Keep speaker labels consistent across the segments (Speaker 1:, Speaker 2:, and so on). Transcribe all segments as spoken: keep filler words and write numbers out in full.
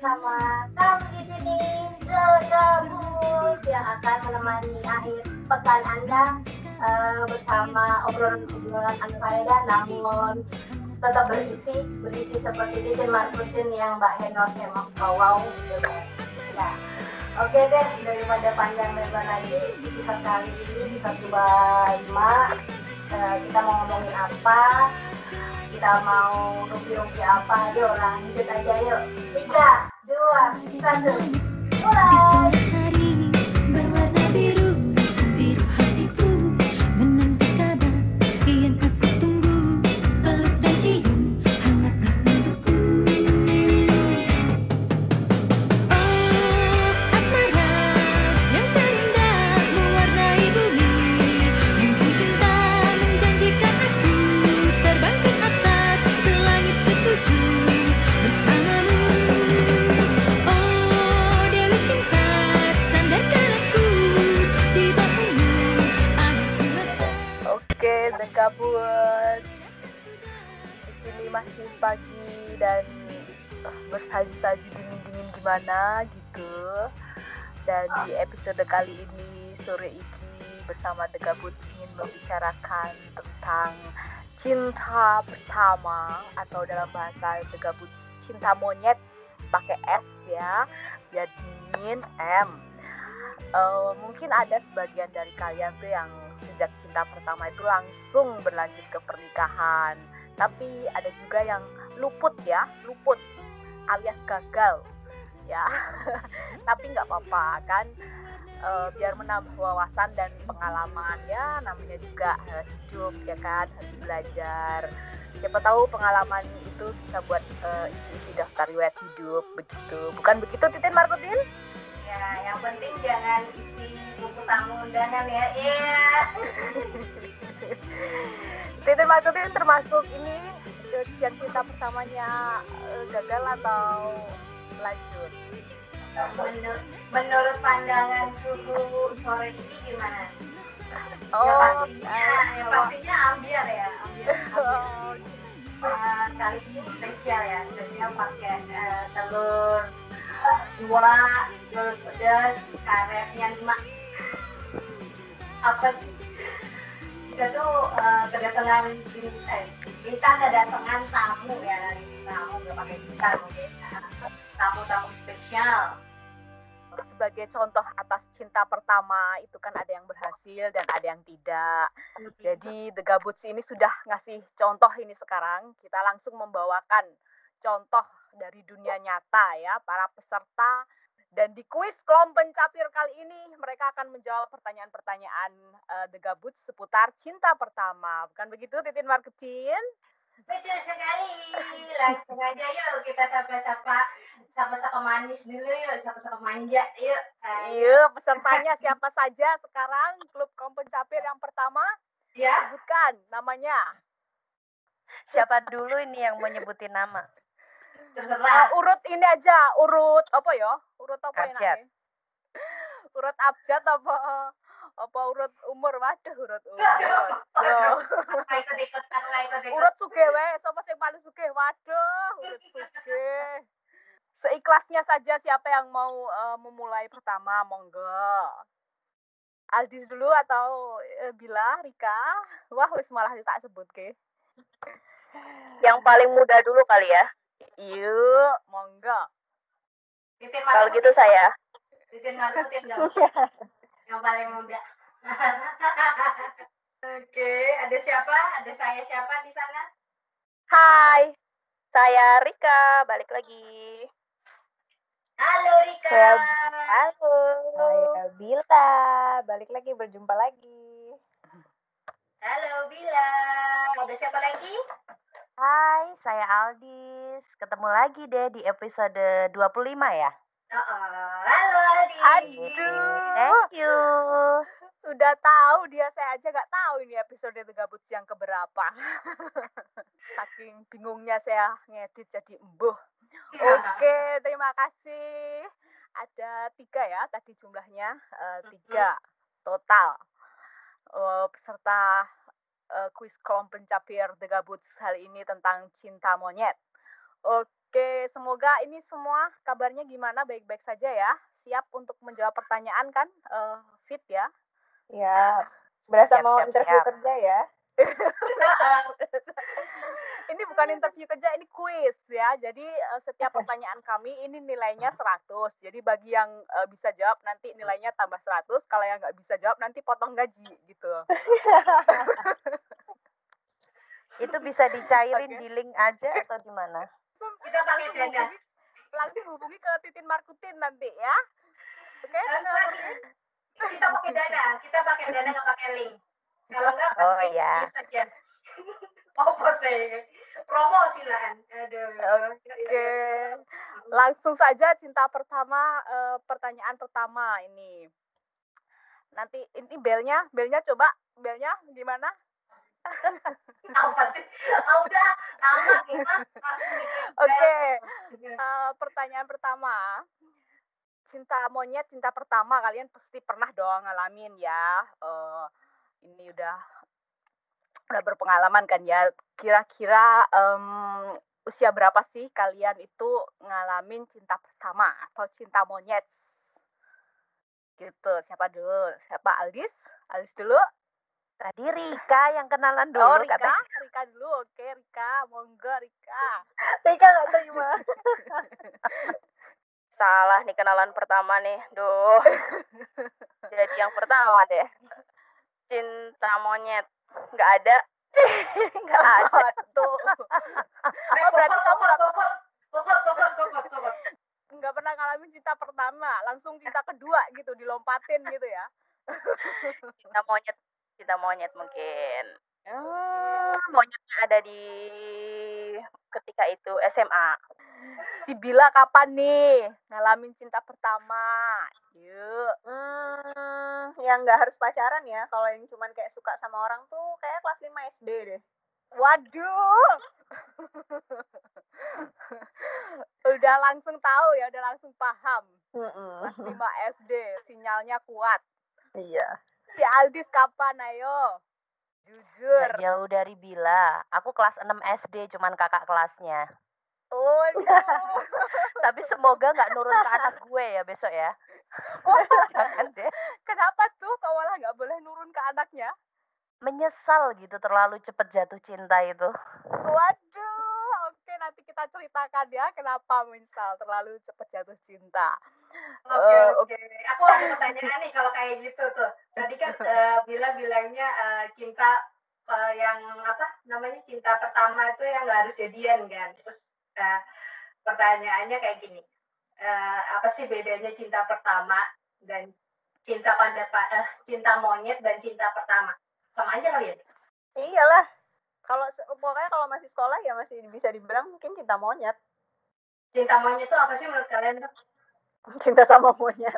Speaker 1: bersama kami di sini Gabut yang akan menemani akhir pekan Anda uh, bersama obrolan-obrolan unfaedah namun tetap berisi berisi seperti Titin Markutin yang Mbak Henos emang wow gitu kan. Ya. Oke deh, daripada panjang lebar lagi, episode kali ini episode dua puluh lima uh, kita mau ngomongin apa? Kita mau rupi-rupi apa? Yuk lanjut aja yuk. Tiga, dua, satu, mulai.
Speaker 2: Gabut. Di sini masih pagi dan bersaji-saji dingin-dingin gimana gitu. Dan di episode kali ini sore ini bersama The Gabut ingin membicarakan tentang cinta pertama atau dalam bahasa The Gabut cinta monyet pakai S ya, biar dingin M. Uh, mungkin ada sebagian dari kalian tuh yang sejak cinta pertama itu langsung berlanjut ke pernikahan. Tapi ada juga yang luput ya, luput alias gagal ya. Tapi nggak apa-apa kan, uh, biar menambah wawasan dan pengalaman ya, namanya juga uh, hidup ya kan, harus belajar. Siapa tahu pengalaman itu bisa buat uh, isi daftar riwayat hidup begitu. Bukan begitu Titin Markutin?
Speaker 1: Ya, yang penting jangan isi buku tamu undangan ya. Iya. Yeah.
Speaker 2: Titin Markutin termasuk ini yang cinta pertamanya gagal atau lanjut?
Speaker 1: Menur- menurut pandangan suhu sore ini gimana?
Speaker 2: Oh,
Speaker 1: ya pastinya,
Speaker 2: uh,
Speaker 1: ya pastinya ambiar ya, ambiar. ambiar.
Speaker 2: Oh.
Speaker 1: Uh, kali ini spesial ya, spesial pakai uh, telur dua, terus pedas, karetnya lima. Apa sih? Kita tuh uh, kedatangan eh, kita kedatangan tamu ya, tamu nggak pakai kita mungkin, tamu-tamu spesial.
Speaker 2: Sebagai contoh atas cinta pertama itu kan ada yang berhasil dan ada yang tidak. Jadi The Gabuts ini sudah ngasih contoh ini sekarang. Kita langsung membawakan contoh dari dunia nyata ya, para peserta. Dan di kuis Kelom Pencapir kali ini mereka akan menjawab pertanyaan-pertanyaan uh, The Gabuts seputar cinta pertama. Bukan begitu Titin Markutin?
Speaker 1: Betul sekali. Langsung aja yuk kita sapa-sapa sapa-sapa manis dulu yuk, sapa-sapa manja yuk.
Speaker 2: Iya, pesertanya siapa saja sekarang klub Kelom Pencapir yang pertama?
Speaker 1: Ya.
Speaker 2: Sebutkan namanya.
Speaker 3: Siapa dulu ini yang mau nyebutin nama?
Speaker 2: Terserah. Uh, urut ini aja, urut apa ya? Urut apa
Speaker 3: abjad.
Speaker 2: Enaknya? Urut abjad apa apa urut umur? Waduh, urut umur. Urut sugih wae, sapa sing paling sugih? Waduh, urut sugih. Seikhlasnya saja siapa yang mau uh, memulai pertama, monggo. Aldis dulu atau uh, Bila, Rika? Wah, wis malah tak sebut ke.
Speaker 3: Yang paling muda dulu kali ya.
Speaker 2: Yuk, monggo.
Speaker 3: Kalau gitu saya.
Speaker 1: Titin Markutin dong. Yang paling muda. Oke, ada siapa? Ada saya siapa di sana?
Speaker 3: Hai, saya Rika, balik lagi.
Speaker 1: Halo Rika.
Speaker 3: Saya, halo. Saya Bila, balik lagi, berjumpa lagi.
Speaker 1: Halo Bila. Ada siapa lagi?
Speaker 3: Hai, saya Aldis. Ketemu lagi deh di episode dua puluh lima ya?
Speaker 1: Oh, oh. Halo Aldis.
Speaker 2: Aduh.
Speaker 3: Thank you.
Speaker 2: Udah tahu dia, saya aja nggak tahu ini episode The Gabuts yang keberapa. Saking bingungnya saya ngedit jadi embuh. Oke, terima kasih. Ada tiga ya tadi jumlahnya, uh, tiga total uh, peserta uh, kuis Kelom Pencapir The Gabuts kali ini tentang cinta monyet. Oke. Oke, semoga ini semua kabarnya gimana, baik-baik saja ya. Siap untuk menjawab pertanyaan kan? Eh, fit ya?
Speaker 4: Ya, berasa
Speaker 3: Siap,
Speaker 4: mau
Speaker 3: siap,
Speaker 4: interview
Speaker 3: siap.
Speaker 4: kerja ya.
Speaker 2: Ini bukan interview kerja, ini kuis ya. Jadi eh, setiap pertanyaan kami ini nilainya seratus. Jadi bagi yang eh, bisa jawab nanti nilainya tambah seratus. Kalau yang nggak bisa jawab nanti potong gaji gitu.
Speaker 3: Itu bisa dicairin
Speaker 2: Oke.
Speaker 3: di link aja atau gimana?
Speaker 2: Langsung,
Speaker 1: Kita pakai
Speaker 2: langsung
Speaker 1: dana.
Speaker 2: hubungi, langsung hubungi ke Titin Markutin nanti ya. Oke,
Speaker 1: Enggak, kita pakai dana, kita pakai dana nggak pakai link. Kalau nggak pas
Speaker 3: Oh,
Speaker 1: pakai
Speaker 3: ya.
Speaker 1: link saja. Apa sih? Promo silakan. Aduh.
Speaker 2: Oke. Langsung saja cinta pertama, eh, pertanyaan pertama ini. Nanti ini belnya, belnya coba, belnya gimana?
Speaker 1: Apa sih? Ah, udah, lama kita.
Speaker 2: Oke, eh, pertanyaan pertama. Cinta monyet, cinta pertama kalian pasti pernah dong ngalamin ya. Eh, ini udah udah berpengalaman kan ya. Kira-kira em, usia berapa sih kalian itu ngalamin cinta pertama atau cinta monyet? Gitu. Siapa dulu? Siapa? Aldis? Aldis dulu?
Speaker 3: Tadi Rika yang kenalan dulu
Speaker 2: Oh, Rika?
Speaker 3: katanya.
Speaker 2: Rika dulu. Oke, Rika. Monggo, Rika.
Speaker 4: Rika nggak terima.
Speaker 3: Salah nih kenalan pertama nih. Duh. Jadi yang pertama deh. Cinta monyet. Nggak ada. Nggak ada.
Speaker 2: Tuh.
Speaker 1: Oh, berarti kamu kokot, kokot, kokot, kokot, kokot.
Speaker 2: Nggak pernah ngalamin cinta pertama, langsung cinta kedua gitu, dilompatin gitu ya.
Speaker 3: Cinta monyet. Cinta monyet mungkin. Hmm, monyetnya ada di ketika itu S M A.
Speaker 2: Si Bila kapan nih ngalamin cinta pertama? Yuk.
Speaker 4: Hmm, yang nggak harus pacaran ya. Kalau yang cuman kayak suka sama orang tuh kayak kelas lima S D deh.
Speaker 2: Waduh. Udah langsung tahu ya, udah langsung paham. Kelas lima S D, sinyalnya kuat.
Speaker 4: Iya.
Speaker 2: Si Aldis kapan, ayo? Jujur.
Speaker 3: Nggak jauh dari Bila. Aku kelas enam S D, cuman kakak kelasnya.
Speaker 2: Oh,
Speaker 3: Tapi semoga nggak nurun ke anak gue ya besok ya.
Speaker 2: Oh,
Speaker 3: jangan deh.
Speaker 2: Kenapa tuh kau malah nggak boleh nurun ke anaknya?
Speaker 3: Menyesal gitu terlalu cepet jatuh cinta itu.
Speaker 2: Waduh, oke nanti kita ceritakan ya kenapa menyesal terlalu cepet jatuh cinta.
Speaker 1: Oke, uh, oke. Okay. Aku ada pertanyaan nih kalau kayak gitu tuh. Tadi kan uh, Bila bilangnya uh, cinta uh, yang apa namanya cinta pertama itu yang nggak harus jadian kan. Terus uh, pertanyaannya kayak gini. Uh, apa sih bedanya cinta pertama dan cinta pada uh, cinta monyet dan cinta pertama? Sama aja kali ya?
Speaker 4: Iyalah. Kalau pokoknya kalau masih sekolah ya masih bisa dibilang mungkin cinta monyet.
Speaker 1: Cinta monyet itu apa sih menurut kalian tuh?
Speaker 4: Cinta sama monyet.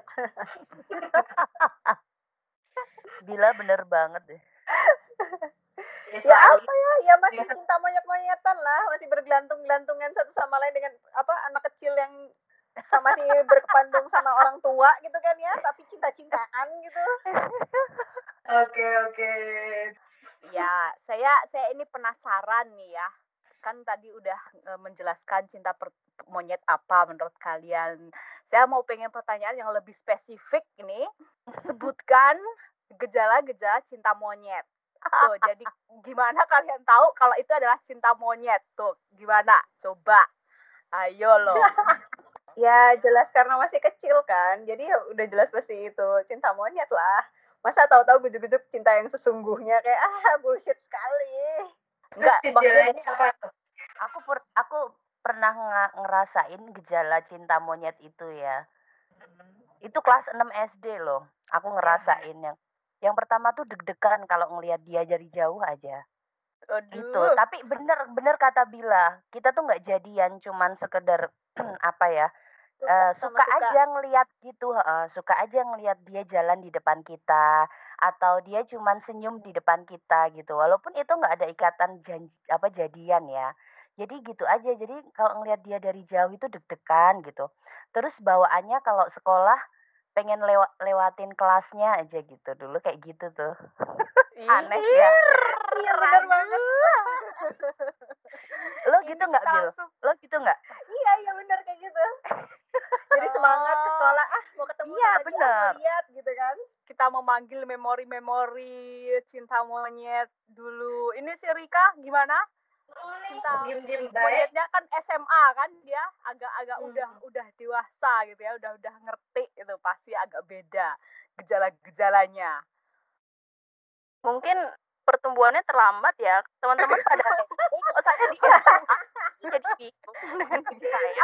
Speaker 3: Bila bener banget deh.
Speaker 4: Ya, ya apa ya? Ya masih cinta monyet-monyetan lah, masih bergelantung-gelantungan satu sama lain dengan apa anak kecil yang sama masih berkepandung sama orang tua gitu kan ya, tapi cinta-cintaan gitu.
Speaker 1: Oke, oke.
Speaker 2: Ya, saya saya ini penasaran nih ya. Kan tadi udah e, menjelaskan cinta per, monyet apa menurut kalian. Saya mau pengen pertanyaan yang lebih spesifik ini. Sebutkan gejala-gejala cinta monyet. Tuh, jadi gimana kalian tahu kalau itu adalah cinta monyet? Tuh, gimana? Coba. Ayo loh.
Speaker 4: Ya, jelas karena masih kecil kan. Jadi ya udah jelas pasti itu cinta monyet lah. Masa tahu-tahu gujuk-gujuk cinta yang sesungguhnya kayak ah bullshit sekali.
Speaker 1: Enggak, gejalanya apa tuh?
Speaker 3: Aku per, aku pernah ng- ngerasain gejala cinta monyet itu ya. Hmm. Itu kelas enam S D loh. Aku ngerasain yang yang pertama tuh deg-degan kalau ngelihat dia dari jauh aja.
Speaker 2: Aduh.
Speaker 3: Gitu. Tapi bener bener kata Bila, kita tuh nggak jadian cuman sekedar apa ya? Suka, uh, suka, suka aja ngelihat gitu, uh, suka aja ngelihat dia jalan di depan kita atau dia cuman senyum di depan kita gitu. Walaupun itu nggak ada ikatan janji, apa jadian ya. Jadi gitu aja. Jadi kalau ngelihat dia dari jauh itu deg-degan gitu. Terus bawaannya kalau sekolah pengen lewa, lewatin kelasnya aja gitu. Dulu kayak gitu tuh. Aneh ya.
Speaker 4: Iya benar banget.
Speaker 3: Lo gitu nggak, Bil? Lo gitu nggak?
Speaker 4: Iya
Speaker 3: benar.
Speaker 4: lihat gitu kan.
Speaker 2: Kita memanggil memori-memori cinta monyet dulu. Ini si Rika gimana? Cinta
Speaker 1: Diem-diem baik.
Speaker 2: monyetnya kan S M A kan dia agak-agak
Speaker 1: Hmm.
Speaker 2: udah udah dewasa gitu ya, udah udah ngerti itu pasti agak beda gejala-gejalanya.
Speaker 3: Mungkin pertumbuhannya terlambat ya. Teman-teman pada S D kok saya di S M A jadi bingung dengan diri saya.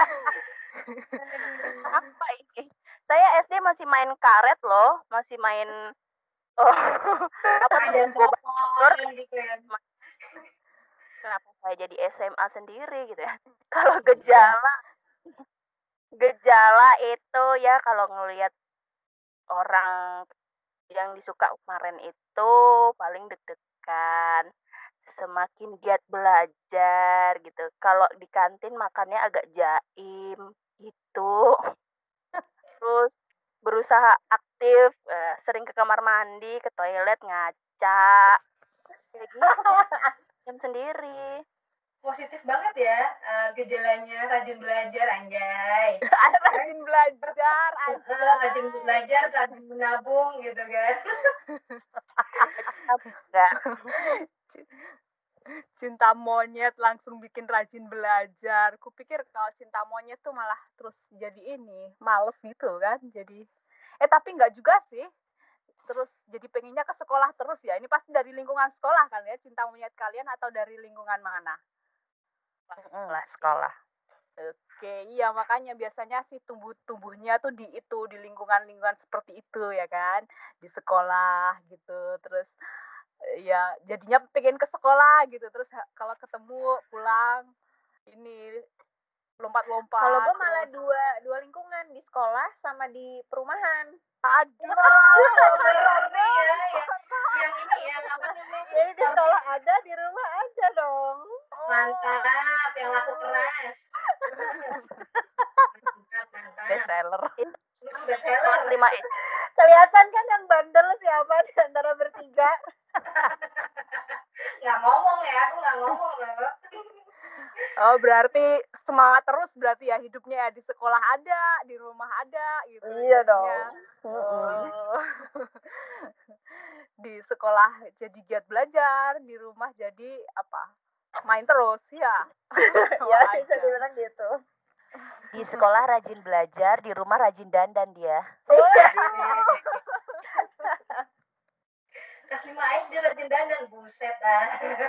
Speaker 3: Apa ini? Saya S D masih main karet loh, masih main oh, apa tuh?
Speaker 1: Ada
Speaker 3: Gobak
Speaker 1: motor gitu ya.
Speaker 3: Kenapa saya jadi S M A sendiri gitu ya? Kalau gejala gejala itu ya kalau ngelihat orang yang disuka kemarin itu paling deg-degan, semakin giat belajar gitu. Kalau di kantin makannya agak jaim gitu. Terus berusaha aktif, eh, sering ke kamar mandi, ke toilet ngaca. Kayak gitu. Jam sendiri.
Speaker 1: Positif banget ya uh, gejalanya, rajin belajar anjay.
Speaker 2: Rajin belajar,
Speaker 1: Uh,
Speaker 2: anjay.
Speaker 1: rajin belajar, rajin menabung gitu kan.
Speaker 3: Enggak.
Speaker 2: Cinta monyet langsung bikin rajin belajar. Kupikir kalau cinta monyet tuh malah terus jadi ini, males gitu kan. Jadi eh tapi enggak juga sih. Terus jadi pengennya ke sekolah terus ya. Ini pasti dari lingkungan sekolah kan ya, cinta monyet kalian atau dari lingkungan mana?
Speaker 3: Sekolah, sekolah.
Speaker 2: Oke, iya makanya biasanya sih tumbuh-tumbuhnya tuh di itu, di lingkungan-lingkungan seperti itu ya kan, di sekolah gitu. Terus ya jadinya pengen ke sekolah gitu. Terus kalau ketemu pulang ini lompat-lompat.
Speaker 4: Kalau gue malah
Speaker 2: terus...
Speaker 4: dua dua lingkungan, di sekolah sama di perumahan.
Speaker 2: Aduh,
Speaker 1: oh, berarti ya, ya, yang ini yang apa namanya?
Speaker 4: Jadi di sekolah ada, di rumah ada dong.
Speaker 1: Mantap, yang laku keras. Mantap, mantap.
Speaker 3: Best seller.
Speaker 1: Hmm, best seller.
Speaker 3: Kelas lima S.
Speaker 4: Kelihatan kan yang bandel siapa di antara bertiga?
Speaker 1: Nggak ngomong ya, aku nggak ngomong loh.
Speaker 2: Oh, berarti semangat terus berarti ya hidupnya ya, di sekolah ada, di rumah ada gitu.
Speaker 4: Iya dong.
Speaker 2: Oh. Di sekolah jadi giat belajar, di rumah jadi apa? Main terus ya.
Speaker 4: Ya bisa dibilang gitu.
Speaker 3: Di sekolah rajin belajar, di rumah rajin dandan dia.
Speaker 1: Kelas lima S D rajin dandan, buset ah.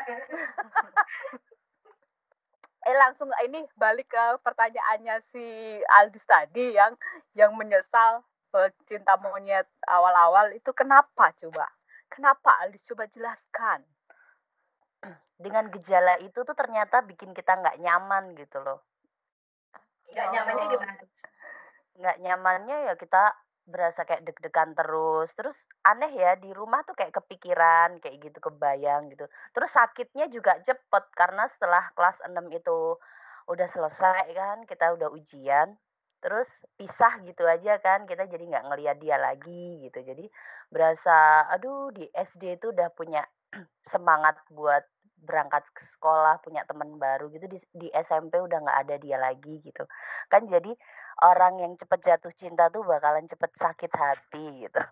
Speaker 2: Eh langsung ini balik ke pertanyaannya si Aldis tadi yang yang menyesal cinta monyet awal-awal itu kenapa coba? Kenapa Aldis, coba jelaskan.
Speaker 3: Dengan gejala itu tuh ternyata bikin kita nggak nyaman gitu loh.
Speaker 1: Nggak nyamannya gimana?
Speaker 3: Nggak nyamannya ya kita berasa kayak deg-degan terus. Terus aneh ya, di rumah tuh kayak kepikiran, kayak gitu, kebayang gitu. Terus sakitnya juga cepet, karena setelah kelas enam itu udah selesai kan, kita udah ujian. Terus pisah gitu aja kan, kita jadi nggak ngeliat dia lagi gitu. Jadi berasa, aduh di S D itu udah punya semangat buat berangkat ke sekolah, punya teman baru gitu, di, di S M P udah nggak ada dia lagi gitu kan. Jadi orang yang cepet jatuh cinta tuh bakalan cepet sakit hati gitu.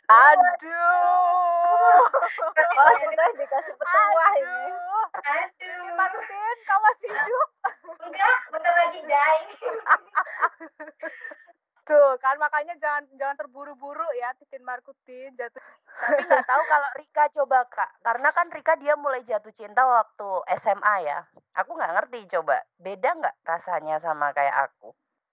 Speaker 2: Aduh,
Speaker 4: Oh sudah dikasih petuah ini.
Speaker 1: Aduh.
Speaker 2: Martin, kau masih hidup?
Speaker 1: Enggak, bentar lagi die.
Speaker 2: Tuh kan makanya jangan jangan terburu-buru ya, Titin Markutin jatuh.
Speaker 3: Tapi nggak tahu kalau Rika coba Kak, karena kan Rika dia mulai jatuh cinta waktu S M A ya. Aku nggak ngerti, coba beda nggak rasanya sama kayak aku?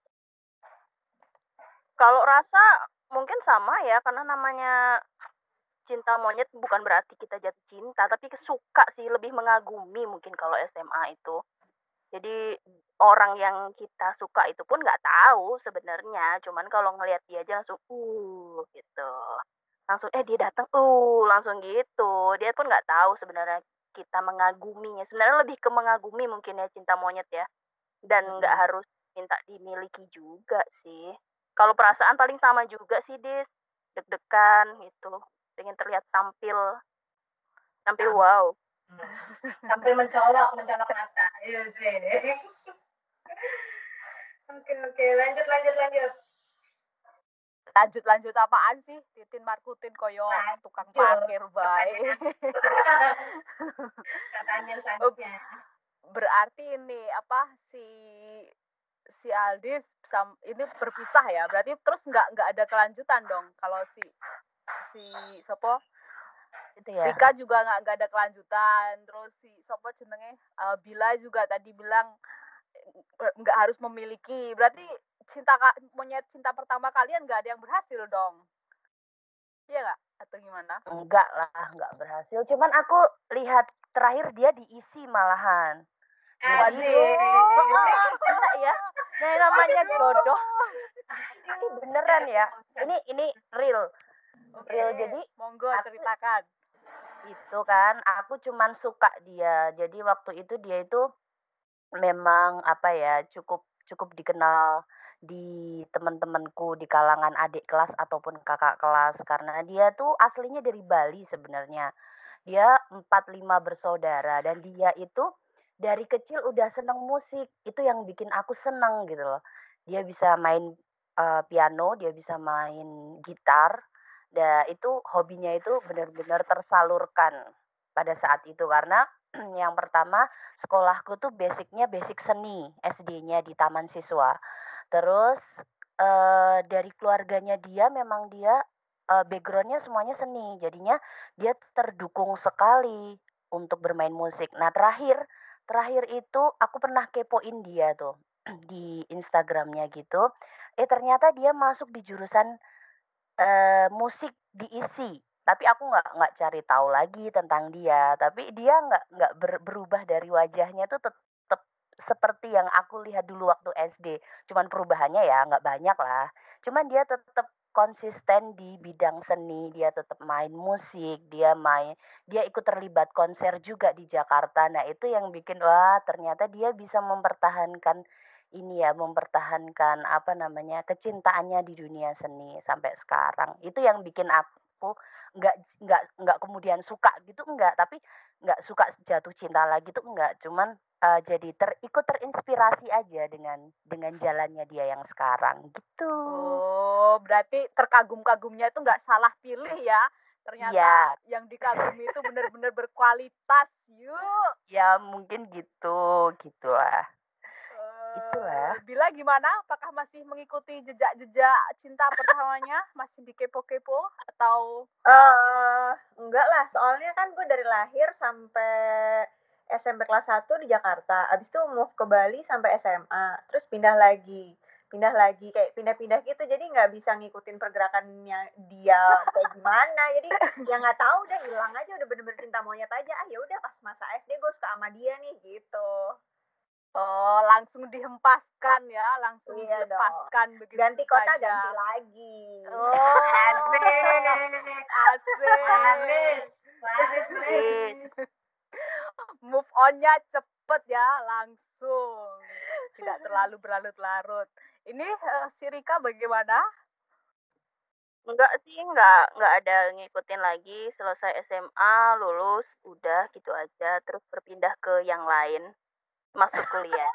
Speaker 3: Kalau rasa mungkin sama ya, karena namanya cinta monyet bukan berarti kita jatuh cinta, tapi suka sih, lebih mengagumi mungkin kalau S M A itu. Jadi orang yang kita suka itu pun nggak tahu sebenarnya, cuman kalau ngelihat dia aja langsung uh gitu, langsung eh dia datang uh langsung gitu. Dia pun nggak tahu sebenarnya kita mengaguminya. Sebenarnya lebih ke mengagumi mungkin ya cinta monyet ya, dan nggak hmm. harus minta dimiliki juga sih. Kalau perasaan paling sama juga sih, Dis, deg-degan gitu, pengen terlihat tampil tampil wow.
Speaker 1: Sampai mencolok, mencolok mata. Iya sih. Oke, oke. Lanjut, lanjut, lanjut.
Speaker 2: Lanjut-lanjut apaan sih? Titin Markutin koyo tukang parkir bae.
Speaker 1: Katanya selanjutnya.
Speaker 2: Berarti ini apa si si Aldis sam, ini berpisah ya. Berarti terus nggak nggak ada kelanjutan dong kalau si si Sopo
Speaker 3: Gitu ya.
Speaker 2: Rika juga nggak nggak ada kelanjutan. Terus si Sopo jenenge uh, Bila juga tadi bilang nggak harus memiliki. Berarti cinta monyet cinta pertama kalian nggak ada yang berhasil dong. Iya nggak? Atau gimana?
Speaker 3: Enggak lah, nggak berhasil. Cuman aku lihat terakhir dia diisi malahan.
Speaker 1: Asik.
Speaker 3: Enggak ya. Nah, namanya jodoh. Ini beneran ya. Ini ini real. Real. Jadi
Speaker 2: monggo ceritakan.
Speaker 3: Itu kan aku cuman suka dia. Jadi waktu itu dia itu memang apa ya, cukup cukup dikenal di teman-temanku, di kalangan adik kelas ataupun kakak kelas, karena dia tuh aslinya dari Bali sebenarnya. Dia empat lima bersaudara dan dia itu dari kecil udah seneng musik. Itu yang bikin aku seneng gitu loh. Dia bisa main uh, piano, dia bisa main gitar. Dan itu hobinya itu benar-benar tersalurkan pada saat itu karena yang pertama sekolahku tuh basicnya basic seni, S D-nya di Taman Siswa. Terus uh, dari keluarganya dia memang dia uh, background-nya semuanya seni, jadinya dia terdukung sekali untuk bermain musik. Nah terakhir terakhir itu aku pernah kepoin dia tuh di Instagramnya gitu. Eh ternyata dia masuk di jurusan uh, musik di I S I. Tapi aku nggak nggak cari tahu lagi tentang dia. Tapi dia nggak nggak ber, berubah dari wajahnya tuh tetap seperti yang aku lihat dulu waktu S D. Cuman perubahannya ya nggak banyak lah. Cuman dia tetap konsisten di bidang seni. Dia tetap main musik. Dia main, dia ikut terlibat konser juga di Jakarta. Nah itu yang bikin wah ternyata dia bisa mempertahankan ini ya, mempertahankan apa namanya kecintaannya di dunia seni sampai sekarang. Itu yang bikin aku nggak nggak nggak kemudian suka gitu enggak, tapi nggak suka jatuh cinta lagi tuh enggak, cuman uh, jadi ter, ikut terinspirasi aja dengan dengan jalannya dia yang sekarang gitu.
Speaker 2: Oh, berarti terkagum-kagumnya itu nggak salah pilih ya. Ternyata
Speaker 3: ya.
Speaker 2: Yang dikagumi itu benar-benar berkualitas. Yuk.
Speaker 3: Ya mungkin gitu, gitulah.
Speaker 2: Uh,
Speaker 3: Itulah.
Speaker 2: Bila gimana? Apakah masih mengikuti jejak-jejak cinta pertamanya? Masih di kepo-kepo atau?
Speaker 4: Uh, enggak lah, soalnya kan gue dari lahir sampai S M P kelas satu di Jakarta. Abis itu move ke Bali sampai S M A. Terus pindah lagi. Pindah lagi. Kayak pindah-pindah gitu. Jadi nggak bisa ngikutin pergerakannya dia kayak gimana. Jadi ya nggak tahu deh, hilang aja. Udah bener-bener cinta monyet aja. Ah ya udah pas masa S D gue suka sama dia nih gitu.
Speaker 2: Oh, langsung dihempaskan ya, langsung
Speaker 4: iya
Speaker 2: dilepaskan
Speaker 4: dong.
Speaker 2: begitu
Speaker 4: ganti kota
Speaker 2: saja.
Speaker 4: Ganti lagi.
Speaker 2: Oh,
Speaker 1: asik.
Speaker 2: Asik.
Speaker 1: Laris, laris, laris.
Speaker 2: Move on-nya cepet ya, langsung. Tidak terlalu berlarut-larut. Ini uh, si Rika bagaimana?
Speaker 3: Enggak sih, enggak enggak ada ngikutin lagi. Selesai S M A, lulus, udah gitu aja. Terus berpindah ke yang lain. Masuk kuliah.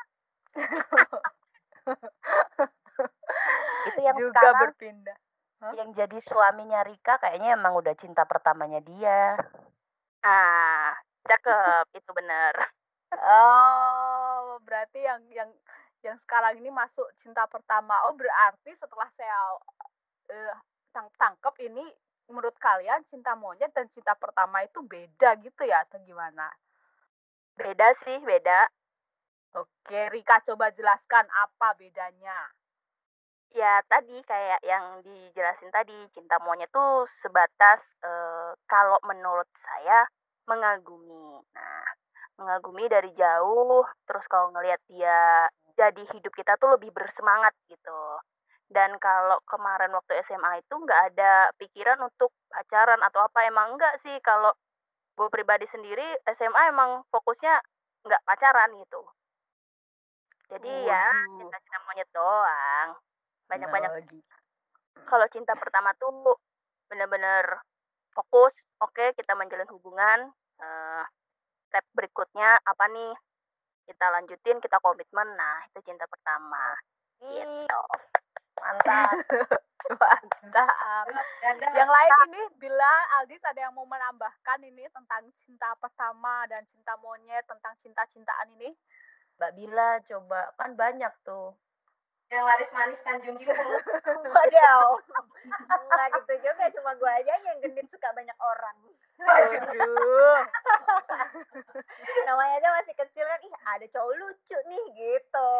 Speaker 3: Itu yang
Speaker 2: juga
Speaker 3: sekarang
Speaker 2: berpindah. Huh?
Speaker 3: Yang jadi suaminya Rika kayaknya emang udah cinta pertamanya dia. Ah, cakep. Itu bener.
Speaker 2: Oh, berarti yang yang yang sekarang ini masuk cinta pertama. Oh, berarti setelah saya uh, tang- tangkep ini, menurut kalian cinta monyet dan cinta pertama itu beda gitu ya atau gimana?
Speaker 3: Beda sih, beda.
Speaker 2: Oke, Rika coba jelaskan apa bedanya.
Speaker 3: Ya tadi kayak yang dijelasin tadi, cinta monyet tuh sebatas uh, kalau menurut saya mengagumi. Nah, mengagumi dari jauh, terus kalau ngelihat dia jadi hidup kita tuh lebih bersemangat gitu. Dan kalau kemarin waktu S M A itu nggak ada pikiran untuk pacaran atau apa, emang enggak sih. Kalau gue pribadi sendiri S M A emang fokusnya nggak pacaran gitu. Jadi
Speaker 2: Waduh.
Speaker 3: ya cinta-cinta monyet doang. Banyak-banyak. Nah, kalau cinta pertama tuh bener-bener fokus, oke okay, kita menjalin hubungan, uh, step berikutnya apa nih, kita lanjutin, kita komitmen, nah itu cinta pertama gitu. Mantap.
Speaker 2: Mantap. Yang lain ini Bila, Aldis ada yang mau menambahkan ini tentang cinta pertama dan cinta monyet, tentang cinta-cintaan ini?
Speaker 3: Mbak Bila coba, kan banyak tuh.
Speaker 1: Yang laris manis Tanjung Gintung.
Speaker 4: Waduh. Nggak gitu juga, cuma gue aja yang genit suka banyak orang.
Speaker 2: Aduh.
Speaker 4: Namanya aja masih kecil kan, ih ada cowok lucu nih gitu.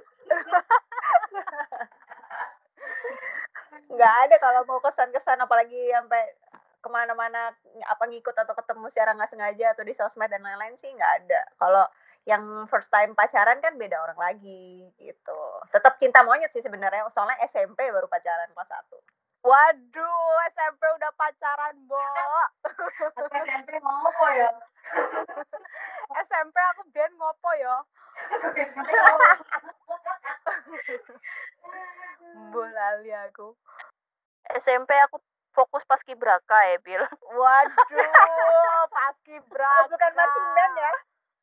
Speaker 4: Nggak ada kalau mau kesan-kesan, apalagi sampai kemana-mana apa ngikut atau ketemu secara nggak sengaja atau di sosmed dan lain-lain sih nggak ada. Kalau yang first time pacaran kan beda orang lagi gitu. Tetap cinta monyet sih sebenarnya, soalnya S M P baru pacaran kelas satu.
Speaker 2: Waduh, S M P udah pacaran, Bo.
Speaker 1: Aku S M P ngopo ya?
Speaker 2: S M P aku biar ngopo ya. Bolali aku.
Speaker 3: S M P aku fokus paskibraka ya, Bil.
Speaker 2: Waduh, paskibraka.
Speaker 4: Oh, bukan marching band ya?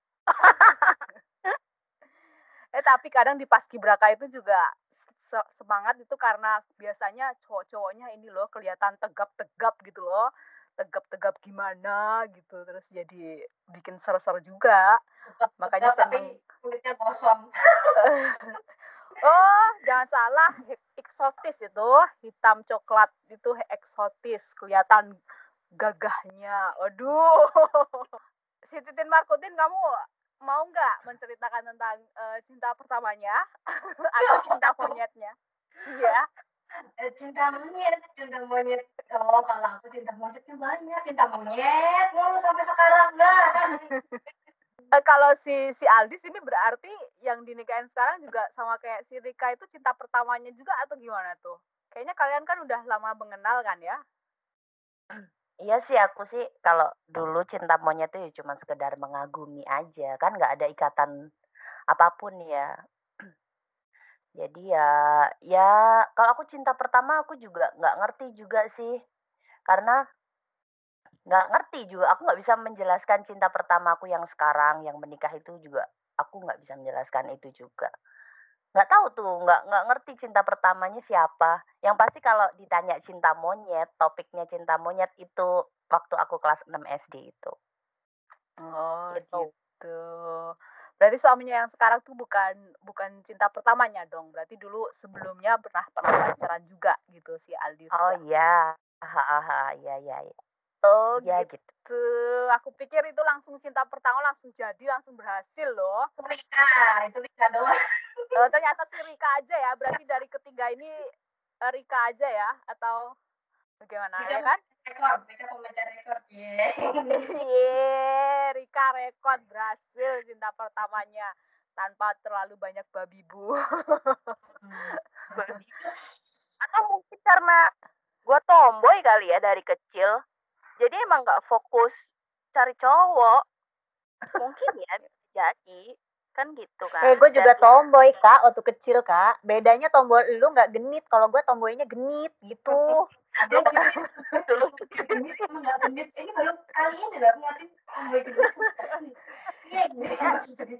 Speaker 2: Eh tapi kadang di paskibraka itu juga semangat itu karena biasanya cowok-cowoknya ini loh kelihatan tegap-tegap gitu loh. Tegap-tegap gimana gitu, terus jadi bikin seru-seru juga.
Speaker 1: Tegap,
Speaker 2: makanya
Speaker 1: tegap, tapi kulitnya gosong.
Speaker 2: Oh, jangan salah, eksotis itu, hitam coklat itu eksotis, kelihatan gagahnya. Aduh. Si Titin Markutin, kamu mau nggak menceritakan tentang uh, cinta pertamanya atau cinta monyetnya? Iya.
Speaker 1: Cinta monyet, cinta monyet. Oh, kalau aku cinta monyetnya banyak, cinta monyet mulu sampai sekarang nggak.
Speaker 2: Uh, kalau si si Aldis ini berarti yang dinikahin sekarang juga sama kayak si Rika itu cinta pertamanya juga atau gimana tuh? Kayaknya kalian kan udah lama mengenal kan ya?
Speaker 3: Iya sih, aku sih kalau dulu cinta monyet tuh ya cuma sekedar mengagumi aja, kan nggak ada ikatan apapun ya. Jadi ya, ya kalau aku cinta pertama aku juga nggak ngerti juga sih, karena nggak ngerti juga, aku nggak bisa menjelaskan cinta pertama aku yang sekarang, yang menikah itu juga aku nggak bisa menjelaskan itu juga. Nggak tahu tuh, nggak nggak ngerti cinta pertamanya siapa. Yang pasti kalau ditanya cinta monyet, topiknya cinta monyet itu waktu aku kelas enam S D itu.
Speaker 2: Oh gitu. gitu. Berarti suaminya yang sekarang tuh bukan bukan cinta pertamanya dong. Berarti dulu sebelumnya pernah pernah pacaran juga gitu si Aldis.
Speaker 3: Oh iya, hahaha, iya iya. Ya.
Speaker 2: Oh
Speaker 3: ya,
Speaker 2: gitu. gitu. Aku pikir itu langsung cinta pertama, langsung jadi, langsung berhasil loh.
Speaker 1: Rika, itu Rika doang.
Speaker 2: Oh, ternyata si Rika aja ya. Berarti dari ketiga ini Rika aja ya, atau bagaimana
Speaker 1: Rika
Speaker 2: ya kan?
Speaker 1: Rekor, Rika pemecah rekor.
Speaker 2: Yeay, yeah, Rika rekor berhasil cinta pertamanya tanpa terlalu banyak babi bu.
Speaker 3: hmm. Atau mungkin karena gue tomboy kali ya dari kecil, jadi emang nggak fokus cari cowok. Mungkin ya bisa jadi kan gitu kan.
Speaker 4: Eh, gue juga tomboy kak waktu kecil kak. Bedanya tomboy lu nggak genit, kalau gue tomboynya genit gitu.
Speaker 1: Ada gitu. Genit emang nggak genit. Ini baru kali ini lah aku ngerti tomboy genit. Iya gitu.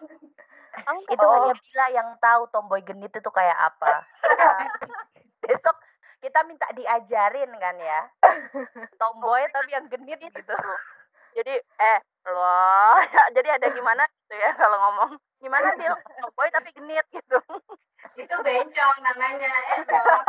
Speaker 3: Itu oh. hanya Bila yang tahu tomboy genit itu kayak apa. Nah, besok kita minta diajarin kan ya. Tomboy tapi yang genit gitu. Jadi eh loh, jadi ada gimana gitu ya kalau ngomong. Gimana Bil? Tomboy tapi genit gitu.
Speaker 1: Itu bencong namanya. Eh,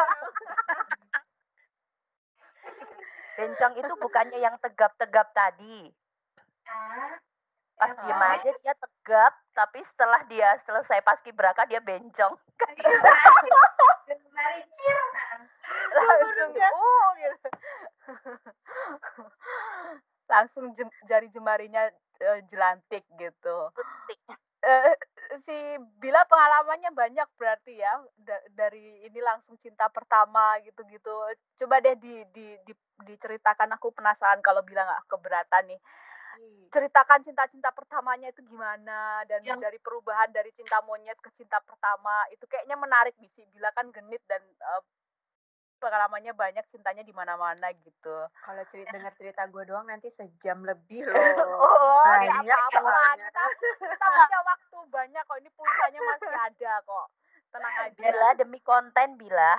Speaker 3: bencong itu bukannya yang tegap-tegap tadi.
Speaker 1: Ah,
Speaker 3: pas ya, diem aja dia tegap, tapi setelah dia selesai paskibraka dia bencong.
Speaker 1: Maricir.
Speaker 2: Langsung oh gitu. Langsung jem, jari jemarinya uh, jelantik gitu. Uh, si Bila pengalamannya banyak berarti ya da- dari ini langsung cinta pertama gitu-gitu. Coba deh di, di, di, diceritakan, aku penasaran kalau Bila nggak keberatan nih. Ceritakan cinta-cinta pertamanya itu gimana dan yang... dari perubahan dari cinta monyet ke cinta pertama itu kayaknya menarik nih sih. Bila kan genit dan uh, pengalamannya banyak, cintanya di mana-mana gitu.
Speaker 4: Kalau cerita dengar cerita gue doang nanti sejam lebih loh.
Speaker 2: Oh,
Speaker 4: banyak
Speaker 2: ya apa-apa. Kita, kita punya waktu banyak kok, ini pulsanya masih ada kok. tenang aja.
Speaker 3: Bila demi konten Bila.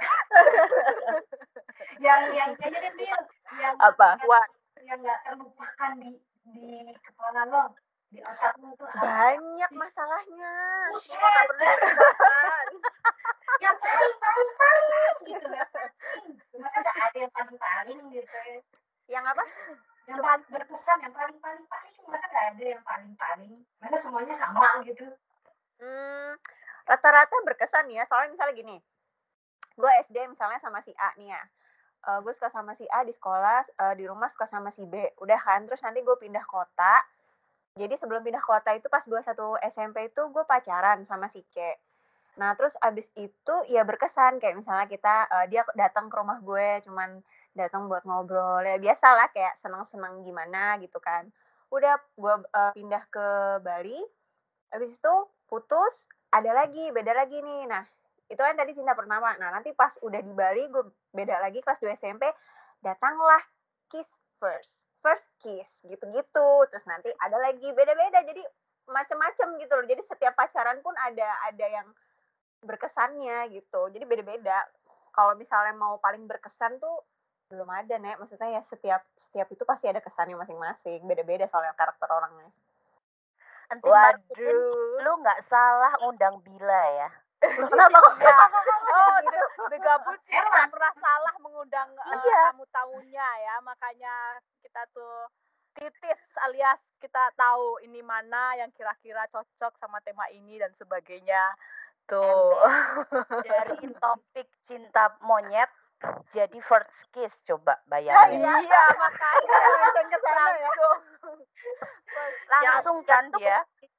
Speaker 1: yang yang aja deh Bil, yang
Speaker 2: Apa?
Speaker 1: yang, yang nggak terlupakan di di kepala lo, di otak lo tuh apa?
Speaker 4: Banyak masalahnya.
Speaker 1: Buset.
Speaker 4: Semua nggak perlu dilupakan.
Speaker 1: Yang paling paling paling gitu ya. Masa nggak ada yang paling paling gitu ya?
Speaker 4: Yang apa?
Speaker 1: Yang paling berkesan, yang paling paling paling masa nggak ada yang paling paling? Masa semuanya sama gitu?
Speaker 4: Hmm, rata-rata berkesan ya. Soalnya misalnya gini, gue S D misalnya sama si A nih ya. Uh, gue suka sama si A di sekolah, uh, di rumah suka sama si B. Udah kan, terus nanti gue pindah kota. Jadi sebelum pindah kota itu pas gue satu S M P itu gue pacaran sama si C. Nah terus abis itu ya berkesan kayak misalnya kita uh, dia datang ke rumah gue, cuman datang buat ngobrol ya biasa lah kayak seneng-seneng gimana gitu kan. Udah gue uh, pindah ke Bali, abis itu putus, ada lagi beda lagi nih. Nah itu kan tadi cinta pertama. Nah nanti pas udah di Bali gue beda lagi kelas dua S M P, datanglah kiss first first kiss gitu-gitu. Terus nanti ada lagi beda-beda, jadi macem-macem gitu loh. Jadi setiap pacaran pun ada ada yang berkesannya gitu, jadi beda-beda. Kalau misalnya mau paling berkesan tuh belum ada Nek, maksudnya ya setiap setiap itu pasti ada kesannya masing-masing, beda-beda soalnya karakter orangnya.
Speaker 3: Entin Martin, lu nggak salah undang Bila ya.
Speaker 2: Lu kenapa kok ya? Oh, The, the Gabut tidak pernah salah mengundang
Speaker 3: iya.
Speaker 2: uh, tamu-tamunya ya, makanya kita tuh titis alias kita tahu ini mana yang kira-kira cocok sama tema ini dan sebagainya. Tuh.
Speaker 3: Dari topik cinta monyet jadi first kiss, coba bayangin.
Speaker 2: Ya, iya, makanya langsung ke sana ya.
Speaker 3: Langsung kan dia.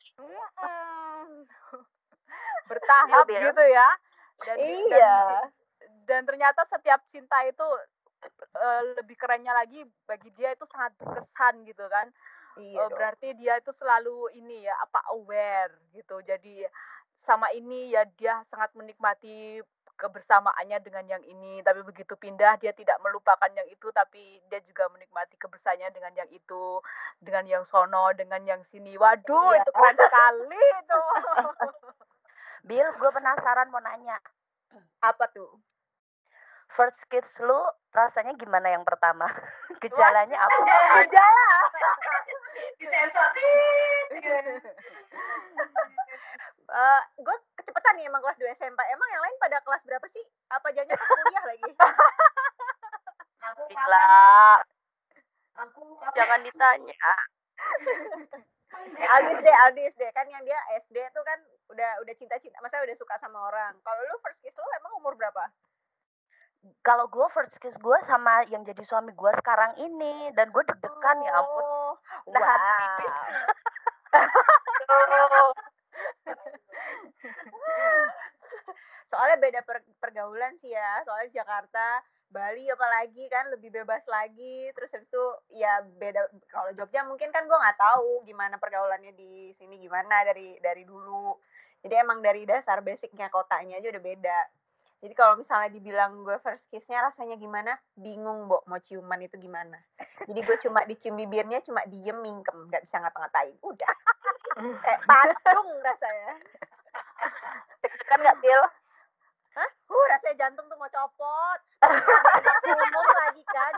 Speaker 2: Bertahap
Speaker 3: ya,
Speaker 2: gitu ya. Dan,
Speaker 4: iya.
Speaker 2: Dan, dan ternyata setiap cinta itu uh, lebih kerennya lagi bagi dia itu sangat berkesan gitu kan.
Speaker 4: Iya
Speaker 2: uh, berarti dia itu selalu ini ya apa aware gitu. Jadi sama ini ya dia sangat menikmati kebersamaannya dengan yang ini, tapi begitu pindah dia tidak melupakan yang itu, tapi dia juga menikmati kebersamaannya dengan yang itu, dengan yang sono, dengan yang sini. Waduh, iya. Itu keren sekali itu.
Speaker 3: Bil, gue penasaran mau nanya.
Speaker 4: Apa tuh?
Speaker 3: First kiss lu rasanya gimana yang pertama? Gejalanya apa?
Speaker 2: Gejala.
Speaker 1: Disensor.
Speaker 4: Uh, gue kecepatan nih emang kelas dua S M P. Emang yang lain pada kelas berapa sih? Apa jangan pas kuliah lagi?
Speaker 1: Aku
Speaker 3: kapan?
Speaker 1: Aku kapan?
Speaker 3: Jangan ditanya.
Speaker 4: Aldis deh, Aldis deh. Kan yang dia S D tuh kan udah udah cinta-cinta, maksudnya udah suka sama orang. Kalau lu first kiss lu emang umur berapa?
Speaker 3: Kalau gue first kiss gue sama yang jadi suami gue sekarang ini, dan gue deg-degan oh, ya ampun.
Speaker 4: Nah, wow.
Speaker 3: Tipis.
Speaker 4: Soalnya beda per, pergaulan sih ya. Soalnya Jakarta, Bali apalagi kan lebih bebas lagi. Terus itu ya beda. Kalau Jogja mungkin kan gue nggak tahu gimana pergaulannya di sini gimana dari dari dulu. Jadi emang dari dasar basicnya kotanya aja udah beda. Jadi kalau misalnya dibilang gue first kiss-nya rasanya gimana? Bingung, Bo, mau ciuman itu gimana. Jadi gue cuma dicium bibirnya, cuma diem, mingkem. Gak bisa ngata-ngatain. Udah. Kayak patung rasanya.
Speaker 3: Deg-degan gak, Bil?
Speaker 4: Hah? Uh, rasanya jantung tuh mau copot. Umum lagi kan.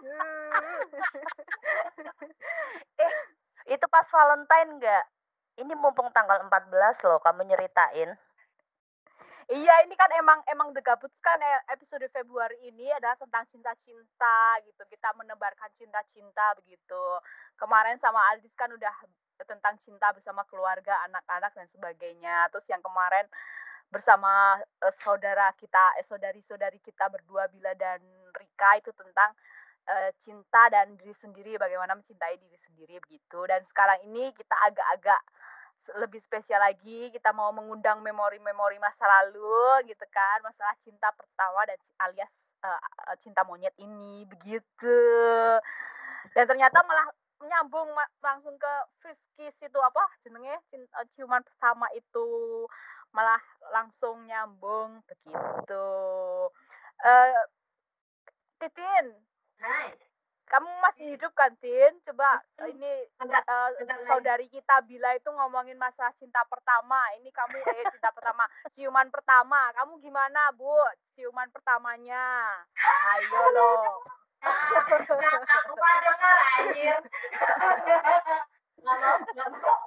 Speaker 3: eh, itu pas Valentine gak? Ini mumpung tanggal empat belas loh, kamu nyeritain.
Speaker 2: Iya, ini kan emang emang The Gabut kan episode Februari ini adalah tentang cinta-cinta gitu. Kita menebarkan cinta-cinta begitu. Kemarin sama Aldis kan udah tentang cinta bersama keluarga, anak-anak dan sebagainya. Terus yang kemarin bersama uh, saudara kita, eh, saudari-saudari kita berdua Bila dan Rika itu tentang uh, cinta dan diri sendiri, bagaimana mencintai diri sendiri begitu. Dan sekarang ini kita agak-agak lebih spesial lagi, kita mau mengundang memori-memori masa lalu gitu kan, masalah cinta pertama dan alias uh, cinta monyet ini begitu. Dan ternyata malah nyambung ma- langsung ke first kiss itu apa jenenge cinta, ciuman pertama itu malah langsung nyambung begitu. Uh, Titin.
Speaker 1: Hai.
Speaker 2: Kamu masih hidup kan, Tin? Coba
Speaker 1: Hmm,
Speaker 2: ini
Speaker 1: bentar,
Speaker 2: uh,
Speaker 1: bentar lagi.
Speaker 2: saudari kita Bila itu ngomongin masalah cinta pertama. Ini kamu eh cinta pertama, ciuman pertama. Kamu gimana, Bu? Ciuman pertamanya. Ayo loh.
Speaker 1: Nggak aku mah dengar anjir. Nggak mau, nggak mau.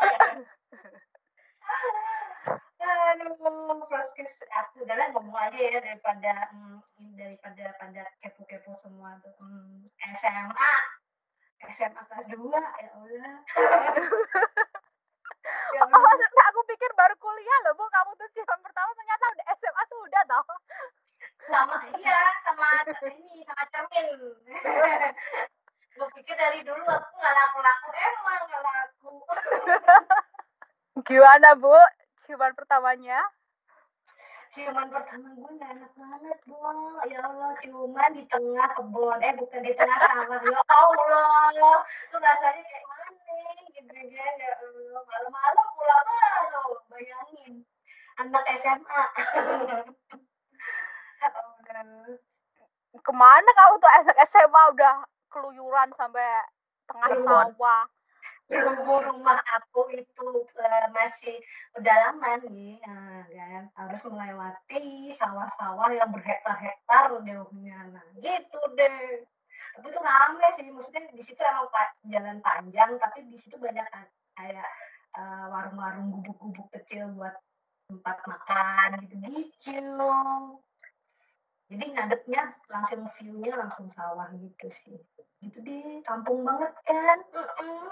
Speaker 1: Aduh, first kiss aku udahlah ngomong aja ya daripada hmm, daripada pada kepo-kepo semua tuh. Hmm, S M A, S M A kelas dua ya Allah. Ya
Speaker 2: Oh,
Speaker 1: Allah.
Speaker 2: maksudnya aku pikir baru kuliah loh, Bu. Kamu tuh ciuman pertama ternyata udah S M A tuh udah tau.
Speaker 1: Sama iya, sama ini, sama cermin. Gue pikir dari dulu aku nggak laku-laku, emang nggak laku.
Speaker 2: Gimana, Bu? Ciuman pertamanya?
Speaker 1: Ciuman pertama gue nggak enak banget, Bu. Ya Allah, ciuman di tengah kebun. Eh, bukan di tengah sawah. Ya Allah, tuh rasanya kayak mana gitu kan. Ya Allah, malam-malam pula lo, bayangin. Anak S M A. Ya Allah.
Speaker 2: Kemana kamu tuh anak S M A udah keluyuran sampai tengah sawah?
Speaker 1: Berhubung rumah aku itu uh, masih pedalaman nih, nah, kan harus melewati sawah-sawah yang berhektar-hektar jauhnya, nah gitu deh. Tapi itu rame sih, maksudnya di situ emang pa- jalan panjang, tapi di situ banyak kan kayak uh, warung-warung gubuk-gubuk kecil buat tempat makan gitu-gitu. Jadi ngadepnya langsung view-nya langsung sawah gitu sih. Gitu deh, kampung banget kan. Mm-mm.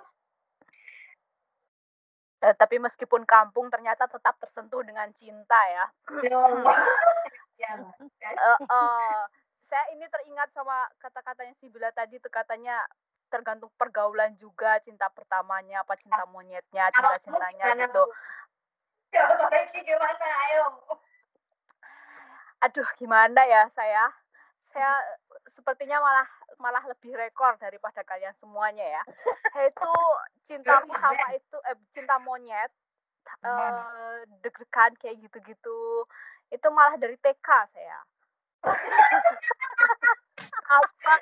Speaker 2: Eh, tapi meskipun kampung ternyata tetap tersentuh dengan cinta ya.
Speaker 1: Ya,
Speaker 2: uh, uh, saya ini teringat sama kata-katanya si Bila tadi tuh, katanya tergantung pergaulan juga, cinta pertamanya apa cinta monyetnya, cinta-cintanya gitu.
Speaker 1: Kalau Soreki gimana? Ayo.
Speaker 2: Aduh, gimana ya saya? Saya sepertinya malah malah lebih rekor daripada kalian semuanya ya. Saya itu cinta pertama itu eh, cinta monyet, uh, deg-degan kayak gitu-gitu. Itu malah dari T K saya. Apa?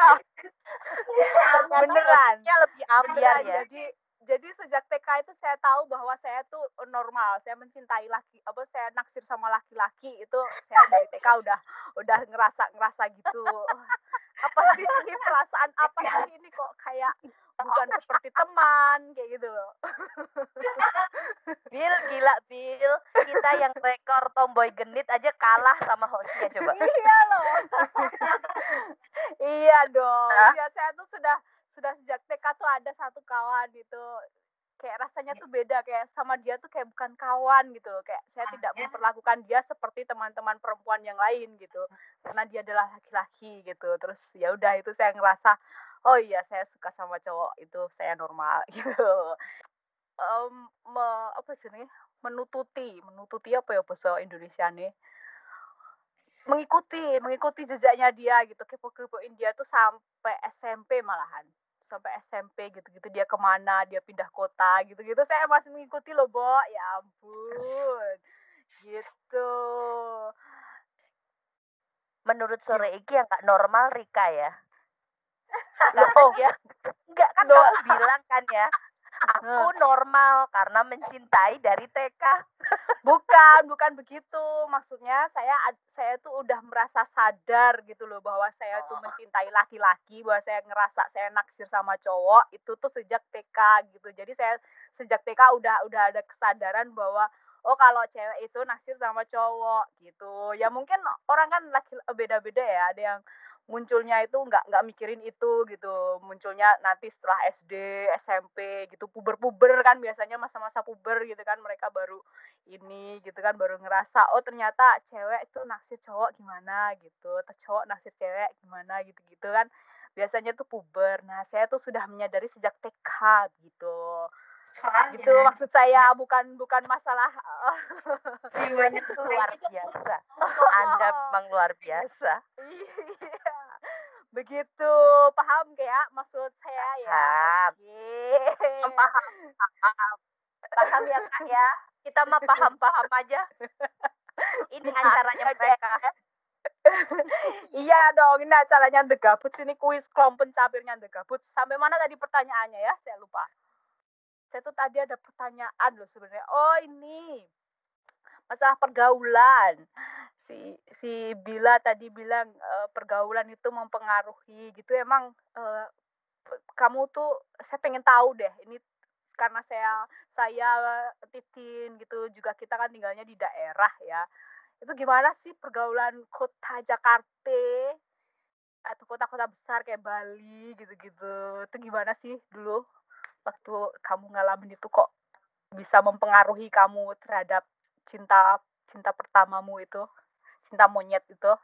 Speaker 2: Beneran.
Speaker 3: Lebih ambiar ya.
Speaker 2: Jadi jadi sejak T K itu saya tahu bahwa saya tuh normal, saya mencintai laki, apa saya naksir sama laki-laki itu saya dari T K udah udah ngerasa ngerasa gitu. Apa sih ini, perasaan apa sih ini, kok kayak bukan seperti teman kayak gitu loh.
Speaker 3: Bil, gila Bil, kita yang rekor tomboy genit aja kalah sama hostnya coba.
Speaker 2: Iya loh. Iya dong. Iya, saya tuh sudah sudah sejak T K tuh ada satu kawan gitu. Kayak rasanya tuh beda, kayak sama dia tuh kayak bukan kawan gitu loh. Kayak saya tidak memperlakukan dia seperti teman-teman perempuan yang lain gitu. Karena dia adalah laki-laki gitu. Terus ya udah itu saya ngerasa, oh iya saya suka sama cowok itu, saya normal gitu. Um, me, apa sih nih? Menututi, menututi apa ya bahasa Indonesia nih? Mengikuti, mengikuti jejaknya dia gitu, kepo-kepoin dia tuh sampai S M P malahan. Sampai S M P gitu-gitu, dia kemana, dia pindah kota gitu-gitu, saya masih mengikuti loh, Bo. Ya ampun. Gitu.
Speaker 3: Menurut sore iki yang gak normal Rika ya.
Speaker 2: Loh,
Speaker 3: Karena dia enggak kan
Speaker 2: loh.
Speaker 3: kamu bilang kan ya, aku normal karena mencintai dari T K.
Speaker 2: Bukan, bukan begitu. Maksudnya saya saya tuh udah merasa sadar gitu loh bahwa saya tuh mencintai laki-laki, bahwa saya ngerasa saya naksir sama cowok itu tuh sejak T K gitu. Jadi saya sejak T K udah udah ada kesadaran bahwa oh kalau cewek itu naksir sama cowok gitu. Ya mungkin orang kan laki beda-beda ya, ada yang munculnya itu nggak nggak mikirin itu gitu, munculnya nanti setelah S D, S M P gitu, puber-puber kan biasanya masa-masa puber gitu kan, mereka baru ini gitu kan, baru ngerasa oh ternyata cewek itu naksir cowok gimana gitu, atau cowok naksir cewek gimana gitu-gitu kan, biasanya tuh puber. Nah saya tuh sudah menyadari sejak T K gitu. Soalnya, gitu maksud saya, bukan bukan masalah
Speaker 3: jiwanya luar biasa. Anda memang luar biasa.
Speaker 2: Iya, begitu, paham kayak maksud saya ya?
Speaker 3: Paham.
Speaker 2: Okay.
Speaker 3: Paham, paham. Paham ya Kak ya? Kita mah paham-paham aja. Ini acaranya mereka.
Speaker 2: Iya dong, ini acaranya The Gabut, sini kuis kelompok pencapirnya The Gabut. Sampai mana tadi pertanyaannya ya? Saya lupa. Saya tuh tadi ada pertanyaan loh sebenarnya. Oh ini masalah pergaulan. Si si Bila tadi bilang uh, pergaulan itu mempengaruhi gitu. Emang uh, kamu tuh, saya pengen tahu deh. Ini karena saya saya Titin gitu juga, kita kan tinggalnya di daerah ya. Itu gimana sih pergaulan kota Jakarta atau kota-kota besar kayak Bali gitu-gitu? Itu gimana sih dulu waktu kamu ngalamin itu, kok bisa mempengaruhi kamu terhadap cinta cinta pertamamu itu, cinta monyet itu?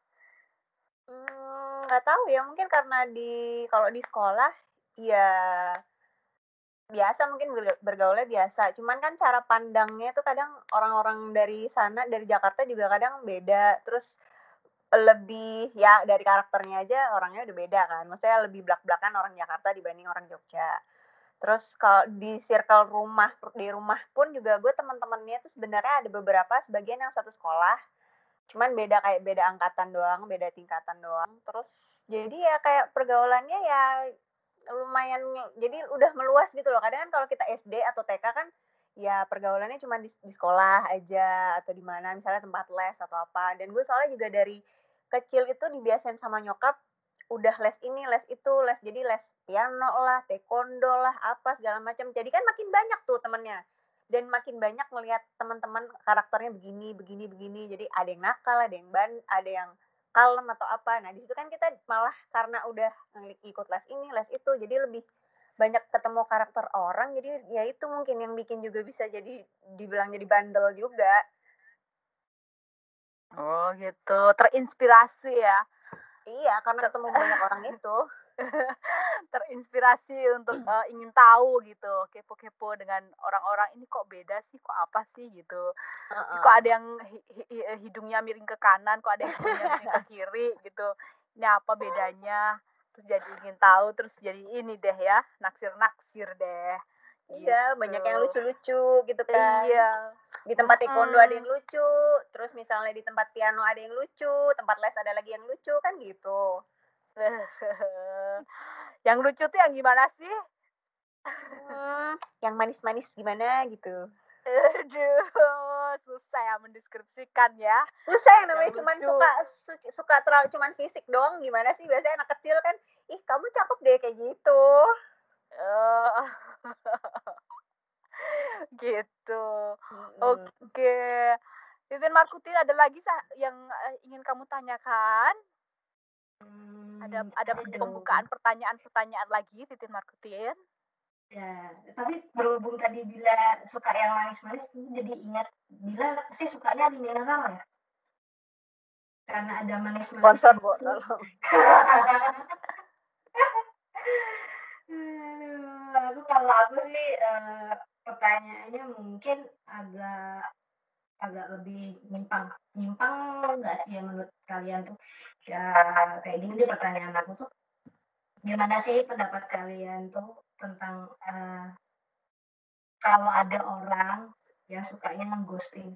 Speaker 4: Hmm, nggak tahu ya, mungkin karena di kalau di sekolah ya biasa, mungkin bergaulnya biasa. Cuman kan cara pandangnya tuh kadang orang-orang dari sana, dari Jakarta juga kadang beda. Terus lebih ya dari karakternya aja orangnya udah beda kan. Maksudnya lebih blak-blakan orang Jakarta dibanding orang Jogja. Terus kalau di circle rumah, di rumah pun juga gue teman-temannya tuh sebenarnya ada beberapa, sebagian yang satu sekolah. Cuman beda kayak beda angkatan doang, beda tingkatan doang. Terus jadi ya kayak pergaulannya ya lumayan, jadi udah meluas gitu loh. Kadang kan kalau kita S D atau T K kan ya pergaulannya cuma di, di sekolah aja atau di mana misalnya tempat les atau apa. Dan gue soalnya juga dari kecil itu dibiasain sama nyokap udah les ini, les itu, les jadi les piano lah, taekwondo lah, apa segala macam. Jadi kan makin banyak tuh temennya. Dan makin banyak melihat teman-teman karakternya begini, begini, begini. Jadi ada yang nakal, ada yang ban, ada yang kalem atau apa. Nah, di situ kan kita malah karena udah ikut les ini, les itu, jadi lebih banyak ketemu karakter orang. Jadi ya itu mungkin yang bikin juga bisa jadi dibilang jadi bandel juga.
Speaker 2: Oh gitu, terinspirasi ya.
Speaker 4: Iya, karena ketemu banyak orang itu.
Speaker 2: Terinspirasi untuk uh, ingin tahu gitu, kepo-kepo dengan orang-orang ini, kok beda sih, kok apa sih gitu. Uh-uh. Kok ada yang hi- hi- hidungnya miring ke kanan, kok ada yang hidungnya miring ke kiri gitu. Ini apa bedanya? Terus jadi ingin tahu, terus jadi ini deh ya, naksir-naksir deh.
Speaker 4: Iya, gitu. Banyak yang lucu-lucu gitu kan.
Speaker 2: Iya.
Speaker 4: Di tempat taekwondo hmm. ada yang lucu, terus misalnya di tempat piano ada yang lucu, tempat les ada lagi yang lucu, kan gitu.
Speaker 2: Yang lucu tuh yang gimana sih?
Speaker 4: Hmm, yang manis-manis gimana gitu.
Speaker 2: Aduh, susah ya mendeskripsikan ya.
Speaker 4: Susah yang namanya yang cuman suka su- suka terlalu cuman fisik doang, gimana sih? Biasanya anak kecil kan, ih kamu cakep deh kayak gitu.
Speaker 2: Uh, gitu. Mm-hmm. Oke. Okay. Titin Markutin, ada lagi yang uh, ingin kamu tanyakan? Hmm, ada ada pembukaan pertanyaan-pertanyaan lagi, Titin Markutin?
Speaker 1: Ya, tapi berhubung tadi Bila suka yang manis-manis, jadi ingat Bila pasti sukanya di mineral ya, karena ada manis-manis.
Speaker 4: Sponsor botol.
Speaker 1: Aku kalau aku sih uh, pertanyaannya mungkin agak agak lebih nyimpang, nyimpang nggak sih ya menurut kalian tuh? Ya kayak gini deh pertanyaan aku tuh, gimana sih pendapat kalian tuh tentang uh, kalau ada orang yang sukanya nge-ghosting?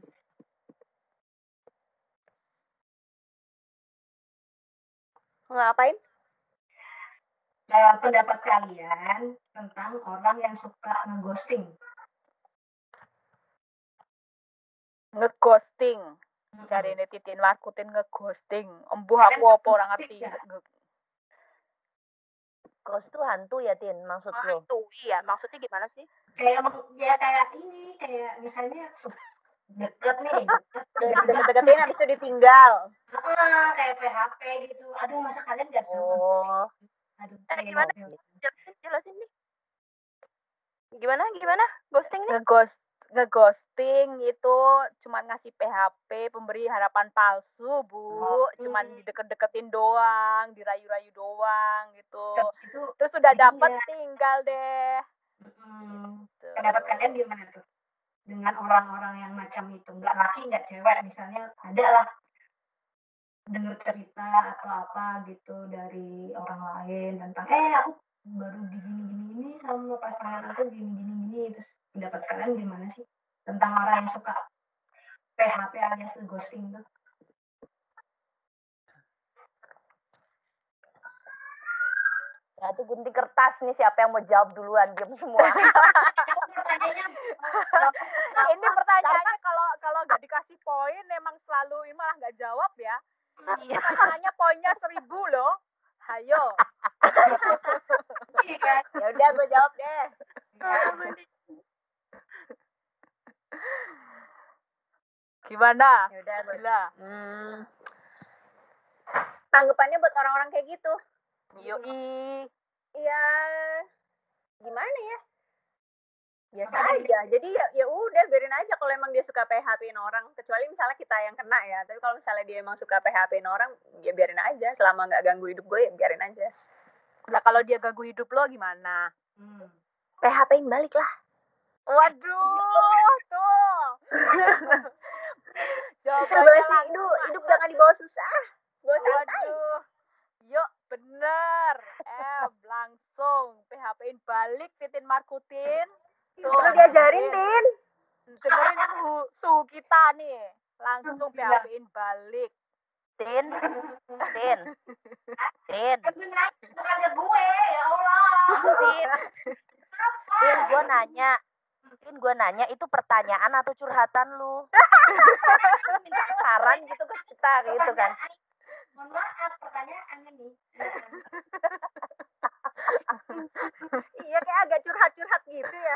Speaker 4: Ngapain?
Speaker 1: Uh, pendapat kalian tentang orang yang suka nge-ghosting?
Speaker 2: Nge-ghosting. Cari ini Titin Markutin nge-ghosting. Embuh aku apa orang ngerti.
Speaker 3: Ghost tuh hantu ya, Tin, maksud
Speaker 2: oh,
Speaker 3: lo?
Speaker 2: Hantu, iya. Maksudnya gimana sih?
Speaker 1: Kayak ya kayak ini, kayak misalnya deket nih, deket,
Speaker 4: deket-deketin habis itu ditinggal.
Speaker 1: Ah, kayak P H P gitu. Aduh, masa kalian gak tahu?
Speaker 3: Oh.
Speaker 1: Aduh,
Speaker 3: eh, gimana? Jelasin, jelasin nih. Gimana, gimana? Ghosting nih?
Speaker 2: Nge-ghost, nge-ghosting itu cuman ngasih P H P, pemberi harapan palsu, Bu. Oh, cuman hmm. dideket-deketin doang, dirayu-rayu doang gitu. Itu, terus udah dapet ya. Tinggal deh.
Speaker 1: Hmm. Gitu. Pendapat kalian gimana tuh? Dengan orang-orang yang macam itu, nggak laki nggak cewek, misalnya ada lah dengar cerita atau apa gitu dari orang lain tentang eh aku baru digini-gini sama pasangan aku gini-gini-gini, terus pendapat kalian gimana sih tentang orang yang suka P H P alias ghosting tuh?
Speaker 3: satu gunting kertas nih, siapa yang mau jawab duluan? Diam semua.
Speaker 1: Pertanyaannya
Speaker 2: Ini pertanyaannya kalau kalau nggak dikasih poin memang selalu ini malah nggak jawab ya. Ini pertanyaannya poinnya seribu loh. Hayo.
Speaker 4: Ya udah gue jawab deh.
Speaker 2: Gimana?
Speaker 4: Ya udah gue.
Speaker 2: Bila.
Speaker 4: Hmm. Tanggapannya buat orang-orang kayak gitu.
Speaker 2: Yoi.
Speaker 4: Iya. Gimana ya? Biasa aja. Jadi ya ya udah biarin aja kalau emang dia suka P H P-in orang. Kecuali misalnya kita yang kena ya. Tapi kalau misalnya dia emang suka P H P-in orang, ya biarin aja. Selama nggak ganggu hidup gue, ya biarin aja.
Speaker 2: Nah, kalau dia ganggu hidup lo gimana?
Speaker 1: Hmm.
Speaker 4: P H P-in balik lah.
Speaker 2: Waduh, tuh.
Speaker 4: Susah
Speaker 2: Jawabannya
Speaker 4: banget sih.
Speaker 2: langsung.
Speaker 4: Hidup, hidup jangan dibawa susah. Bawa santai.
Speaker 2: Waduh. Yuk, bener. Eh, langsung P H P-in balik Titin Markutin. Tuh,
Speaker 4: Perlu diajarin, Tin.
Speaker 2: dengerin suhu, suhu kita nih. Langsung P H P-in balik.
Speaker 3: Tin, Tin, Tin,
Speaker 1: Kan gue nanya, bukan ke gue, ya Allah.
Speaker 3: Tin, Tin, gue nanya, Tin, gue nanya itu pertanyaan atau curhatan lu? Minta saran gitu ke kita gitu kan?
Speaker 1: Mohon maaf, pertanyaannya nih.
Speaker 4: Iya, kayak agak curhat-curhat gitu ya.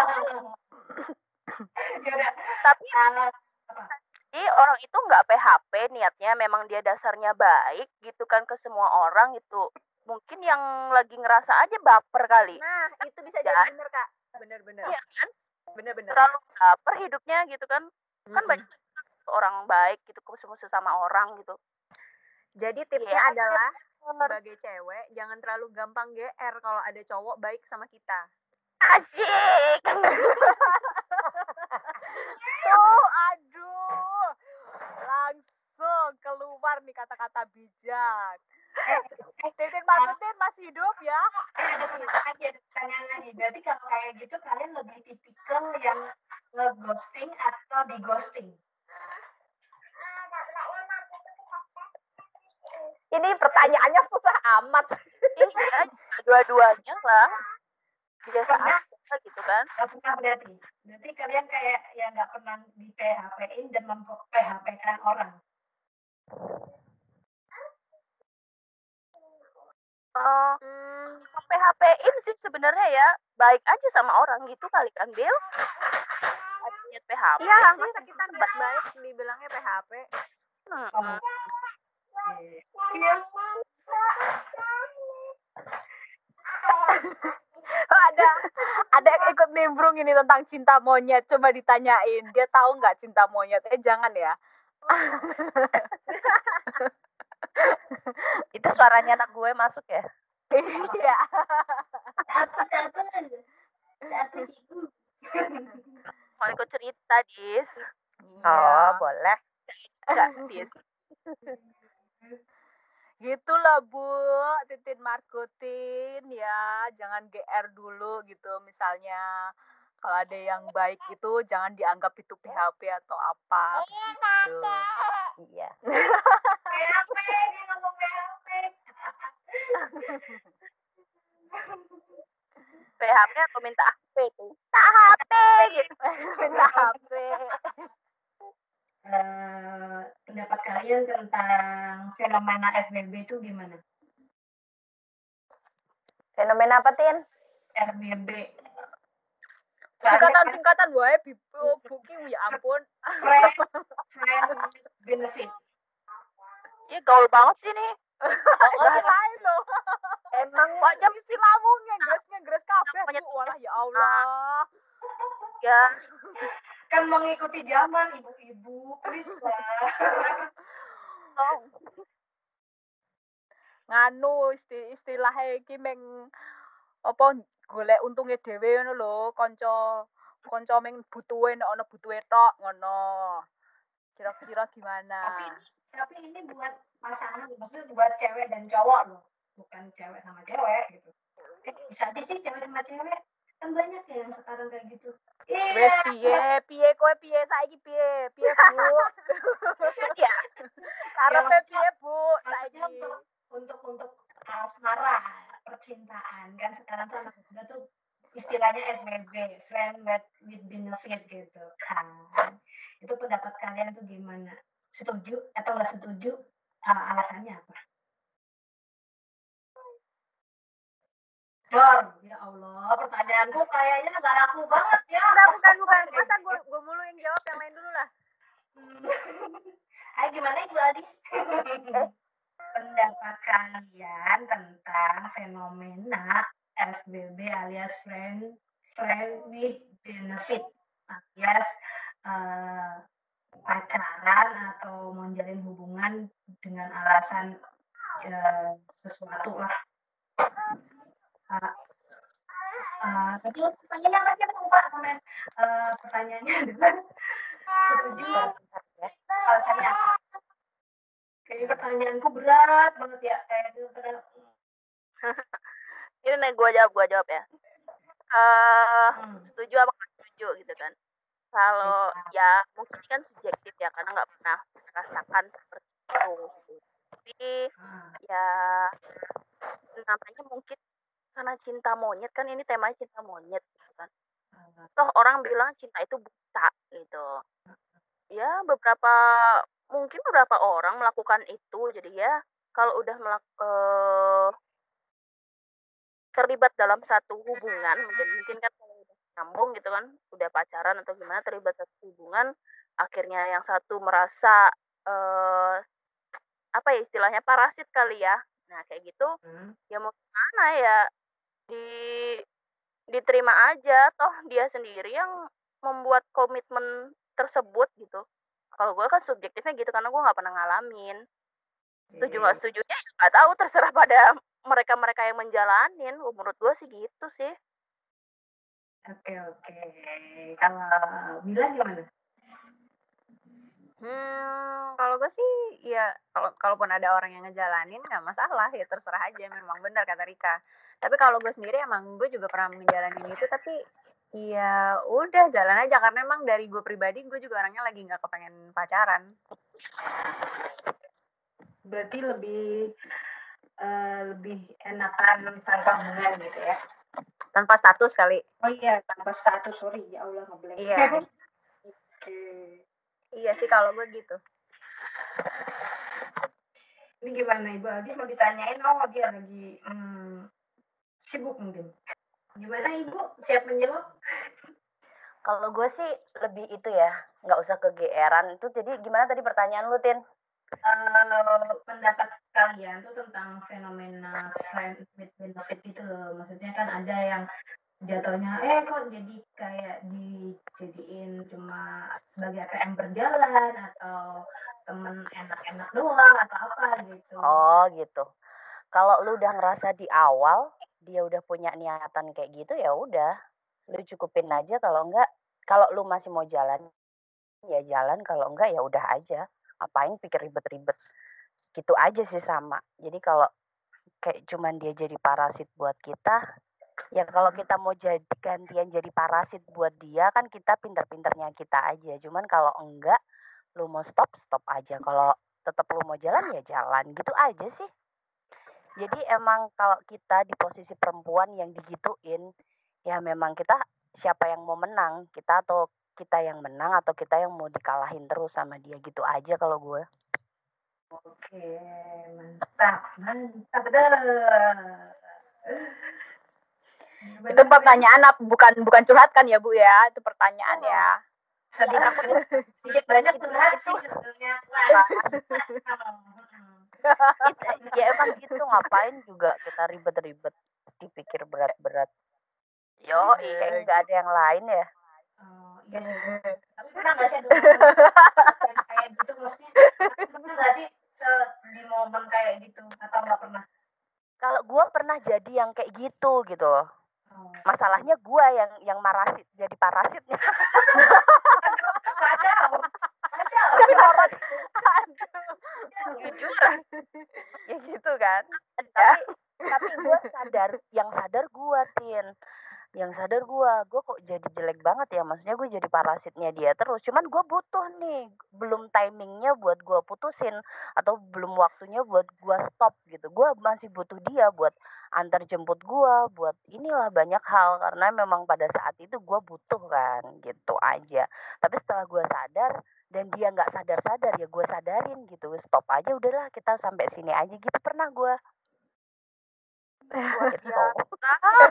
Speaker 1: Ya udah.
Speaker 3: Tapi
Speaker 1: Uh,
Speaker 3: Jadi orang itu nggak P H P, niatnya memang dia dasarnya baik gitu kan ke semua orang itu. Mungkin yang lagi ngerasa aja baper kali.
Speaker 4: Nah, itu bisa jadi
Speaker 3: Jangan.
Speaker 4: bener, Kak. Bener-bener.
Speaker 3: Iya kan?
Speaker 4: Bener-bener.
Speaker 3: Terlalu baper hidupnya gitu kan. Kan
Speaker 4: Mm-mm.
Speaker 3: banyak orang baik gitu sesama orang gitu.
Speaker 4: Jadi tipsnya
Speaker 3: Iya.
Speaker 4: adalah sebagai cewek jangan terlalu gampang G R kalau ada cowok baik sama kita.
Speaker 3: Asik.
Speaker 2: Tuh, aduh. Langsung keluar nih kata-kata bijak.
Speaker 1: eh,
Speaker 2: Titin Markutin masih hidup ya?
Speaker 1: eh, ada pertanyaan lagi, ada pertanyaan lagi. Berarti kalau kayak gitu kalian lebih tipikal yang nge-ghosting atau di-ghosting?
Speaker 4: Ini pertanyaannya susah amat.
Speaker 3: Iya, dua-duanya lah. Biasa
Speaker 1: Pernah?
Speaker 3: aja gitu kan.
Speaker 1: Gak pernah berarti. Berarti kalian kayak yang gak pernah di P H P-in dan mem-P H P-kan orang.
Speaker 3: Uh,
Speaker 4: Hmm,
Speaker 3: P H P-in sih sebenarnya ya baik aja sama orang gitu kali kan, Bill? Niat P H P
Speaker 4: iya,
Speaker 3: sih.
Speaker 4: masa kita niat baik dibilangnya P H P?
Speaker 3: Hmm.
Speaker 1: Oh. Iya.
Speaker 2: ada ada yang ikut nimbrung ini tentang cinta monyet, coba ditanyain dia tahu nggak cinta monyet. Eh jangan ya.
Speaker 3: Itu suaranya anak gue masuk ya?
Speaker 2: Iya.
Speaker 1: Apa apa apa ibu?
Speaker 3: Mau ikut cerita, Dis?
Speaker 2: Iya.
Speaker 3: Oh, boleh. Enggak, Dis.
Speaker 2: Gitulah Bu, Titin Markutin ya, jangan G R dulu gitu. Misalnya kalau ada yang baik itu jangan dianggap itu P H P atau apa gitu.
Speaker 3: Iya.
Speaker 1: P H P, dia ngomong P H P.
Speaker 3: P H P atau minta H P tuh? Minta H P gitu.
Speaker 2: Minta H P.
Speaker 1: Uh, pendapat kalian tentang fenomena F W B itu gimana?
Speaker 3: Fenomena apa, Tin?
Speaker 1: F W B.
Speaker 2: Singkatan-singkatan wae bibu booking ya ampun.
Speaker 1: Friend, friend benefit.
Speaker 3: Iya gaul banget sih nih.
Speaker 2: Bahasa lo.
Speaker 3: Emang
Speaker 2: Wajah istilahmu ngegres-ngegres kabeh Bu. Walah ya Allah.
Speaker 3: Ya.
Speaker 1: Kan mengikuti zaman ibu-ibu, please lah.
Speaker 3: Oh.
Speaker 2: Nganu isti istilahnya iki meng apa golek untunge dhewe ngono lho, kanca kanca meng butuhe nek ana butuhe tok ngono. Kira-kira gimana?
Speaker 1: Tapi ini, tapi ini buat pasangan, maksudnya buat cewek dan cowok loh, bukan cewek sama cewek gitu. Eh, bisa aja sih cewek sama cewek, kan banyak ya yang sekarang kayak gitu.
Speaker 2: Wes
Speaker 1: Iya.
Speaker 2: piye, piye kowe piye saiki piye? Piye, Bu?
Speaker 3: Ya.
Speaker 2: Karepe piye, Bu?
Speaker 1: Maksudnya
Speaker 2: Saiki.
Speaker 1: untuk untuk untuk asmara, percintaan kan sekarang tuh anak muda tuh istilahnya F W B, friend with, with benefit gitu kan. Itu pendapat kalian tuh gimana? Setuju atau nggak setuju? Uh, alasannya apa? Dor, ya Allah, pertanyaanku kayaknya nggak laku banget ya.
Speaker 4: Enggak, bukan, bukan. Masa gue gue mulu yang jawab, yang lain dulu lah.
Speaker 1: Hmm. Ayo gimana Ibu Adis? Pendapat kalian tentang fenomena F W B alias friend friend with benefit alias uh, pacaran atau menjalin hubungan dengan alasan uh, sesuatu lah. Uh, uh, tadi pertanyaannya pasti aku lupa sama uh, pertanyaannya adalah setuju alasannya apa? Kayaknya pertanyaanku berat banget ya kayak itu pada
Speaker 2: ini nih gue jawab gue jawab ya. Uh,
Speaker 1: hmm.
Speaker 2: Setuju apa nggak setuju gitu kan? Kalau ya mungkin kan subjektif ya karena nggak pernah merasakan seperti itu. Tapi
Speaker 1: hmm.
Speaker 2: ya namanya mungkin karena cinta monyet kan, ini temanya cinta monyet gitu kan. Toh orang bilang cinta itu buta gitu. Ya beberapa mungkin beberapa orang melakukan itu, jadi ya kalau udah melak uh, terlibat dalam satu hubungan, mungkin mungkin kan kalau udah nyambung gitu kan, udah pacaran atau gimana, terlibat satu hubungan, akhirnya yang satu merasa uh, apa ya istilahnya parasit kali ya. Nah kayak gitu
Speaker 1: Hmm.
Speaker 2: ya mau gimana ya, di diterima aja, toh dia sendiri yang membuat komitmen tersebut gitu. Kalau gue kan subjektifnya gitu karena gue nggak pernah ngalamin. Setuju nggak setujunya ya nggak tahu, terserah pada mereka-mereka yang menjalanin. Menurut gue sih gitu sih.
Speaker 1: Oke oke. Kalau Bila gimana?
Speaker 4: Hmm, kalau gue sih ya kalau kalaupun ada orang yang ngejalanin nggak masalah, ya terserah aja, memang benar kata Rika. Tapi kalau gue sendiri emang gue juga pernah ngejalanin itu, tapi ya udah jalan aja karena emang dari gue pribadi gue juga orangnya lagi nggak kepengen pacaran.
Speaker 1: Berarti lebih uh, lebih enakan tanpa hubungan gitu ya?
Speaker 4: Tanpa status kali.
Speaker 1: Oh iya, tanpa status, sorry ya Allah ngeblank.
Speaker 4: Iya.
Speaker 1: Oke.
Speaker 4: Iya sih kalau gue gitu.
Speaker 1: Ini gimana Ibu Aldi mau ditanyain? Oh dia lagi hmm, sibuk mungkin. Gimana Ibu? Siap menjawab?
Speaker 3: Kalau gue sih lebih itu ya, nggak usah kegeeran itu. Jadi gimana tadi pertanyaan lu, Tin?
Speaker 1: Uh, pendapat kalian tuh tentang fenomena friend with benefit itu loh. Maksudnya kan ada yang jatuhnya eh kok jadi kayak dijadiin cuma sebagai A T M berjalan atau temen enak-enak doang atau apa gitu.
Speaker 3: Oh gitu. Kalau lu udah ngerasa di awal dia udah punya niatan kayak gitu, ya udah lu cukupin aja. Kalau enggak, kalau lu masih mau jalan ya jalan, kalau enggak ya udah aja. Apain pikir ribet-ribet, gitu aja sih sama. Jadi kalau kayak cuman dia jadi parasit buat kita, ya kalau kita mau jadi gantian jadi parasit buat dia kan kita pinter-pinternya kita aja. Cuman kalau enggak, lu mau stop stop aja. Kalau tetap lu mau jalan ya jalan, gitu aja sih. Jadi emang kalau kita di posisi perempuan yang digituin, ya memang kita siapa yang mau menang, kita atau kita yang menang atau kita yang mau dikalahin terus sama dia, gitu aja kalau gue.
Speaker 1: Oke, mantap, mantap betul.
Speaker 4: Itu pertanyaan bukan bukan curhat kan ya Bu ya, itu pertanyaan oh. ya.
Speaker 1: Sedikit sedikit banyak curhat sih sebenarnya.
Speaker 3: Ya emang gitu, ngapain juga kita ribet-ribet dipikir berat-berat. Yo, kayak nggak ada yang lain ya.
Speaker 1: Oh, iya sih. Tapi pernah nggak sih ada momen kayak gitu, maksudnya pernah nggak sih di momen kayak gitu atau nggak pernah?
Speaker 3: Kalau gue pernah jadi yang kayak gitu gitu loh. Oh. Masalahnya gue yang yang marasit, jadi parasitnya.
Speaker 1: Padahal, padahal.
Speaker 3: Jujur, ya gitu kan. Tapi tapi gue sadar, yang sadar gue Tin. yang sadar gue gue kok jadi jelek banget ya, maksudnya gue jadi parasitnya dia terus, cuman gue butuh nih, belum timingnya buat gue putusin atau belum waktunya buat gue stop gitu, gue masih butuh dia buat antar jemput gue, buat inilah banyak hal, karena memang pada saat itu gue butuh kan, gitu aja. Tapi setelah gue sadar dan dia nggak sadar-sadar, ya gue sadarin gitu, stop aja, udahlah kita sampai sini aja gitu, pernah gue
Speaker 2: Luar
Speaker 3: gitu.
Speaker 2: biasa.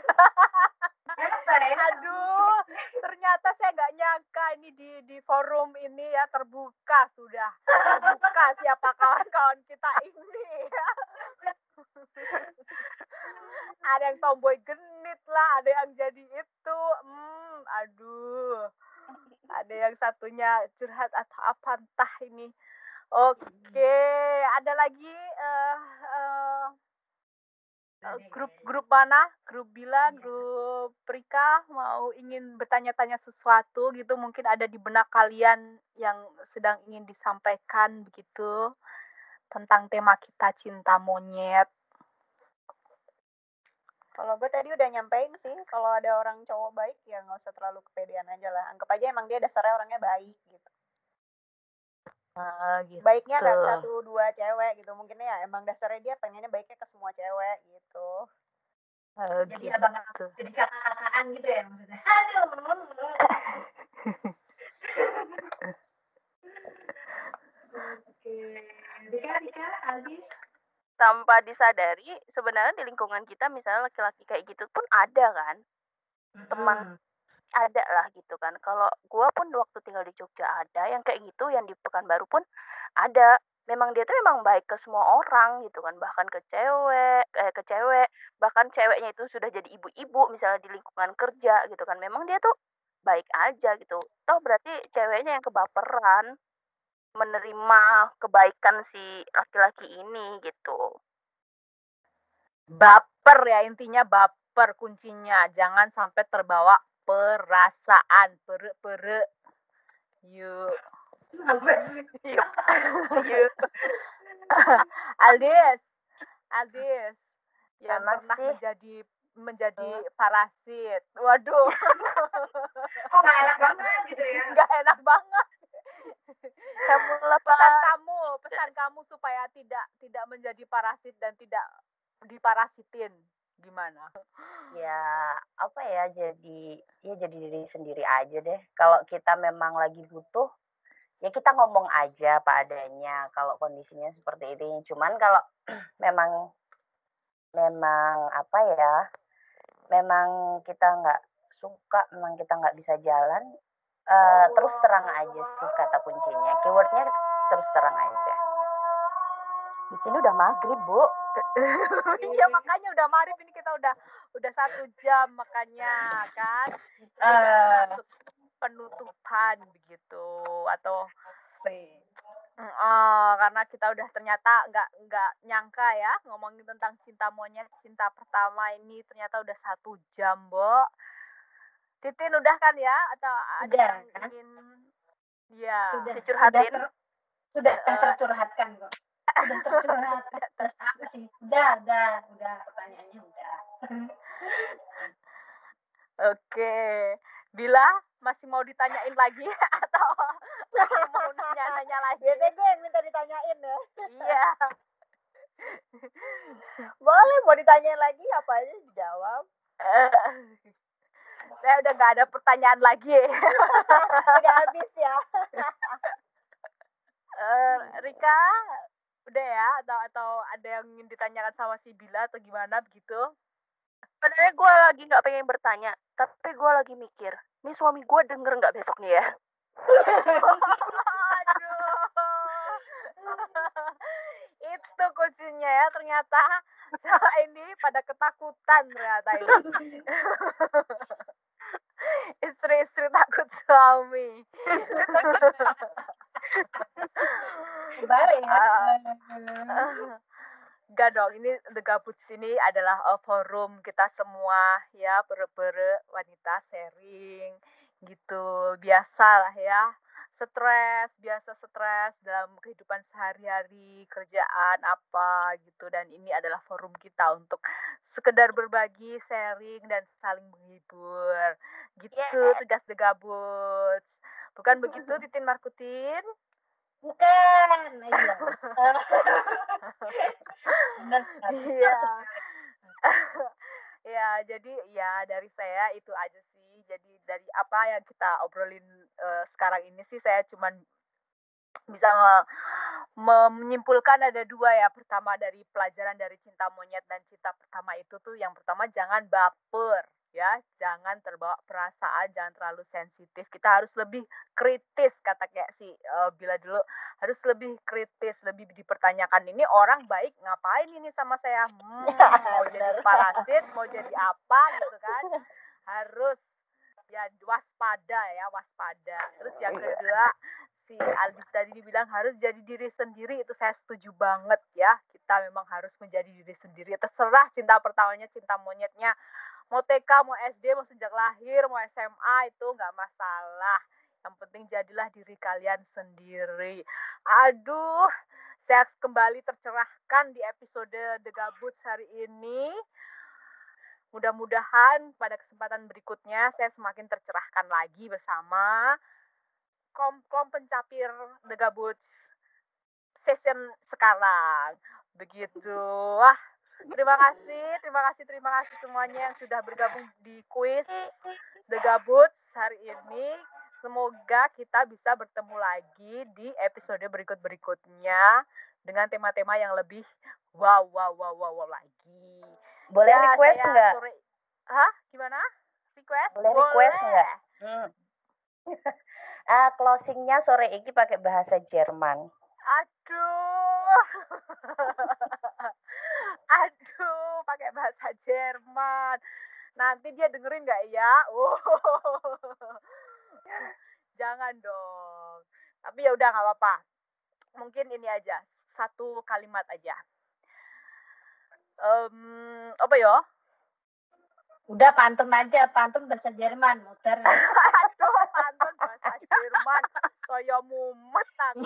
Speaker 2: Aduh, ternyata saya nggak nyangka ini di di forum ini ya terbuka sudah terbuka siapa kawan-kawan kita ini. Ada yang tomboy genit lah, ada yang jadi itu, hmm, aduh, ada yang satunya curhat atau apa entah ini. Oke, ada lagi uh, uh, Uh, grup-grup mana? Grup Bila, grup Rika mau ingin bertanya-tanya sesuatu gitu, mungkin ada di benak kalian yang sedang ingin disampaikan begitu tentang tema kita cinta monyet.
Speaker 4: Kalau gue tadi udah nyampein sih, kalau ada orang cowok baik ya nggak usah terlalu kepedean aja lah. Anggap aja emang dia dasarnya orangnya baik gitu.
Speaker 2: Nah, gitu.
Speaker 4: Baiknya nggak satu dua cewek gitu, mungkin ya emang dasarnya dia pengennya baiknya ke semua cewek gitu.
Speaker 2: Uh,
Speaker 1: jadi
Speaker 2: gitu.
Speaker 1: abang jadi kakak-kakaan gitu ya maksudnya. Aduh. Oke, Dika, Dika, Aldis.
Speaker 3: Tanpa disadari sebenarnya di lingkungan kita misalnya laki-laki kayak gitu pun ada kan, teman
Speaker 1: Hmm.
Speaker 3: ada lah gitu kan. Kalau gue pun waktu tinggal di Jogja ada yang kayak gitu, yang di Pekanbaru pun ada. Memang dia tuh memang baik ke semua orang gitu kan, bahkan ke cewek, eh ke cewek, bahkan ceweknya itu sudah jadi ibu-ibu misalnya di lingkungan kerja gitu kan. Memang dia tuh baik aja gitu. Toh berarti ceweknya yang kebaperan menerima kebaikan si laki-laki ini gitu.
Speaker 2: Baper ya, intinya baper kuncinya. Jangan sampai terbawa perasaan. Pere-pere. Yuk.
Speaker 3: Yuk. Yuk.
Speaker 2: Aldis. Aldis. Yang
Speaker 3: Sama
Speaker 2: pernah
Speaker 3: sih.
Speaker 2: menjadi menjadi parasit. Waduh.
Speaker 1: Kok gak enak banget gitu ya?
Speaker 2: Gak enak banget.
Speaker 3: Kamu
Speaker 2: pesan kamu, pesan kamu supaya tidak tidak menjadi parasit dan tidak diparasitin. Gimana?
Speaker 3: Ya, apa ya, jadi ya jadi diri sendiri aja deh. Kalau kita memang lagi butuh, ya kita ngomong aja apa adanya kalau kondisinya seperti ini. Cuman kalau memang memang apa ya, memang kita nggak suka, memang kita nggak bisa jalan, uh, terus terang aja sih kata kuncinya. Keywordnya terus terang aja. Di sini udah maghrib, Bu.
Speaker 2: Iya, makanya udah maghrib ini, kita udah udah satu jam makanya kan. Uh, penutupan begitu atau Oh, karena kita udah ternyata nggak nggak nyangka ya ngomongin tentang cinta monyet, cinta pertama ini ternyata udah satu jam, Bo. Titin udah kan ya? Atau ada
Speaker 1: udah,
Speaker 2: yang
Speaker 1: kan?
Speaker 2: ingin ya
Speaker 1: sudah
Speaker 3: dicurhatin?
Speaker 1: Sudah, ter, sudah uh, tercurhatkan kok. Sudah tercurhat atas apa sih? Udah, udah, udah pertanyaannya udah.
Speaker 2: Oke, Bila masih mau ditanyain lagi atau mau nanya-nanya lagi?
Speaker 4: Biasanya gue yang minta ditanyain ya.
Speaker 2: Iya.
Speaker 4: Boleh, mau ditanyain lagi apa aja dijawab.
Speaker 2: Saya udah nggak ada pertanyaan lagi.
Speaker 4: Udah habis ya.
Speaker 2: uh, Rika, udah ya? Atau atau ada yang ingin ditanyakan sama si Bila atau gimana begitu?
Speaker 3: Sebenarnya gue lagi nggak pengen bertanya, tapi gue lagi mikir, nih suami gue denger nggak besok nih ya?
Speaker 2: Aduh, itu kuncinya ya, ternyata sama ini pada ketakutan ternyata ini. Istri-istri takut suami.
Speaker 1: Gimana ya?
Speaker 2: Uh, Enggak dong, ini The Gabuts ini adalah uh, forum kita semua ya, pere-pere wanita sharing gitu, biasa lah ya. stres, biasa stres dalam kehidupan sehari-hari, kerjaan apa gitu, dan ini adalah forum kita untuk sekedar berbagi, sharing, dan saling menghibur. Gitu
Speaker 3: Yes.
Speaker 2: tugas The Gabuts. Bukan begitu, Titin Markutin?
Speaker 1: Bukan, iya. Benar,
Speaker 2: Iya. Ya, jadi ya dari saya itu aja sih. Jadi dari apa yang kita obrolin uh, sekarang ini sih saya cuman bisa me- menyimpulkan ada dua ya. Pertama dari pelajaran dari cinta monyet dan cinta pertama itu tuh yang pertama jangan baper ya, jangan terbawa perasaan, jangan terlalu sensitif. Kita harus lebih kritis kata kayak si uh, Bila dulu, harus lebih kritis, lebih dipertanyakan ini orang baik ngapain ini sama saya, hmm, mau jadi parasit, mau jadi apa gitu kan, harus ya waspada ya waspada. Terus yang kedua si Aldis tadi dibilang harus jadi diri sendiri, itu saya setuju banget ya, kita memang harus menjadi diri sendiri, terserah cinta pertamanya cinta monyetnya mau T K, mau S D, mau sejak lahir, mau S M A, itu nggak masalah. Yang penting jadilah diri kalian sendiri. Aduh, saya kembali tercerahkan di episode The Gabuts hari ini. Mudah-mudahan pada kesempatan berikutnya saya semakin tercerahkan lagi bersama Kom-Kom Pencapir The Gabuts session sekarang. Begitu. Wah, terima kasih, terima kasih, terima kasih semuanya yang sudah bergabung di kuis The Gabuts hari ini. Semoga kita bisa bertemu lagi di episode berikut-berikutnya dengan tema-tema yang lebih wow, wow, wow, wow, wow lagi.
Speaker 3: Boleh
Speaker 2: Ya,
Speaker 3: request
Speaker 2: saya
Speaker 3: nggak?
Speaker 2: Sore... Hah? Gimana? Request?
Speaker 3: Boleh request nggak? Hmm. uh, closingnya sore ini pakai bahasa Jerman.
Speaker 2: Aduh. Aduh, pakai bahasa Jerman. Nanti dia dengerin nggak ya? Oh. Jangan dong. Tapi ya udah nggak apa-apa. Mungkin ini aja, satu kalimat aja. Um, apa ya?
Speaker 1: Udah pantun aja, pantun bahasa Jerman, muter.
Speaker 2: Aduh, pantun bahasa Jerman. Saya mumet aku.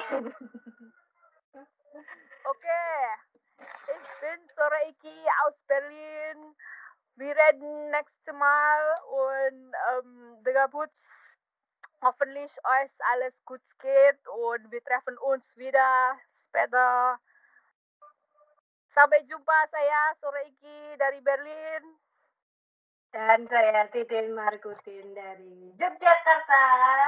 Speaker 2: Oke. Okay. Ich bin Sore Iki aus Berlin. Wir reden nächstes Mal und ähm, The Gabuts, hoffentlich euch alles gut geht und wir treffen uns wieder später. Sampai jumpa, saya Sore Iki dari Berlin.
Speaker 1: Dan saya Titin Markutin dari Yogyakarta.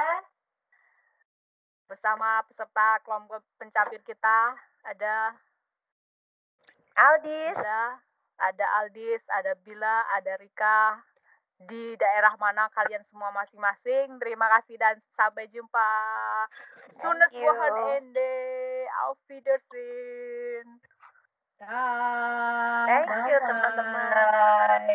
Speaker 2: Bersama peserta kelompok pencapir kita ada
Speaker 3: Aldis,
Speaker 2: ada, ada Aldis, ada Bila, ada Rika. Di daerah mana kalian semua masing-masing. Terima kasih dan sampai jumpa. Schönes Wochenende. Auf Wiedersehen.
Speaker 1: Bye.
Speaker 3: Thank you teman-teman.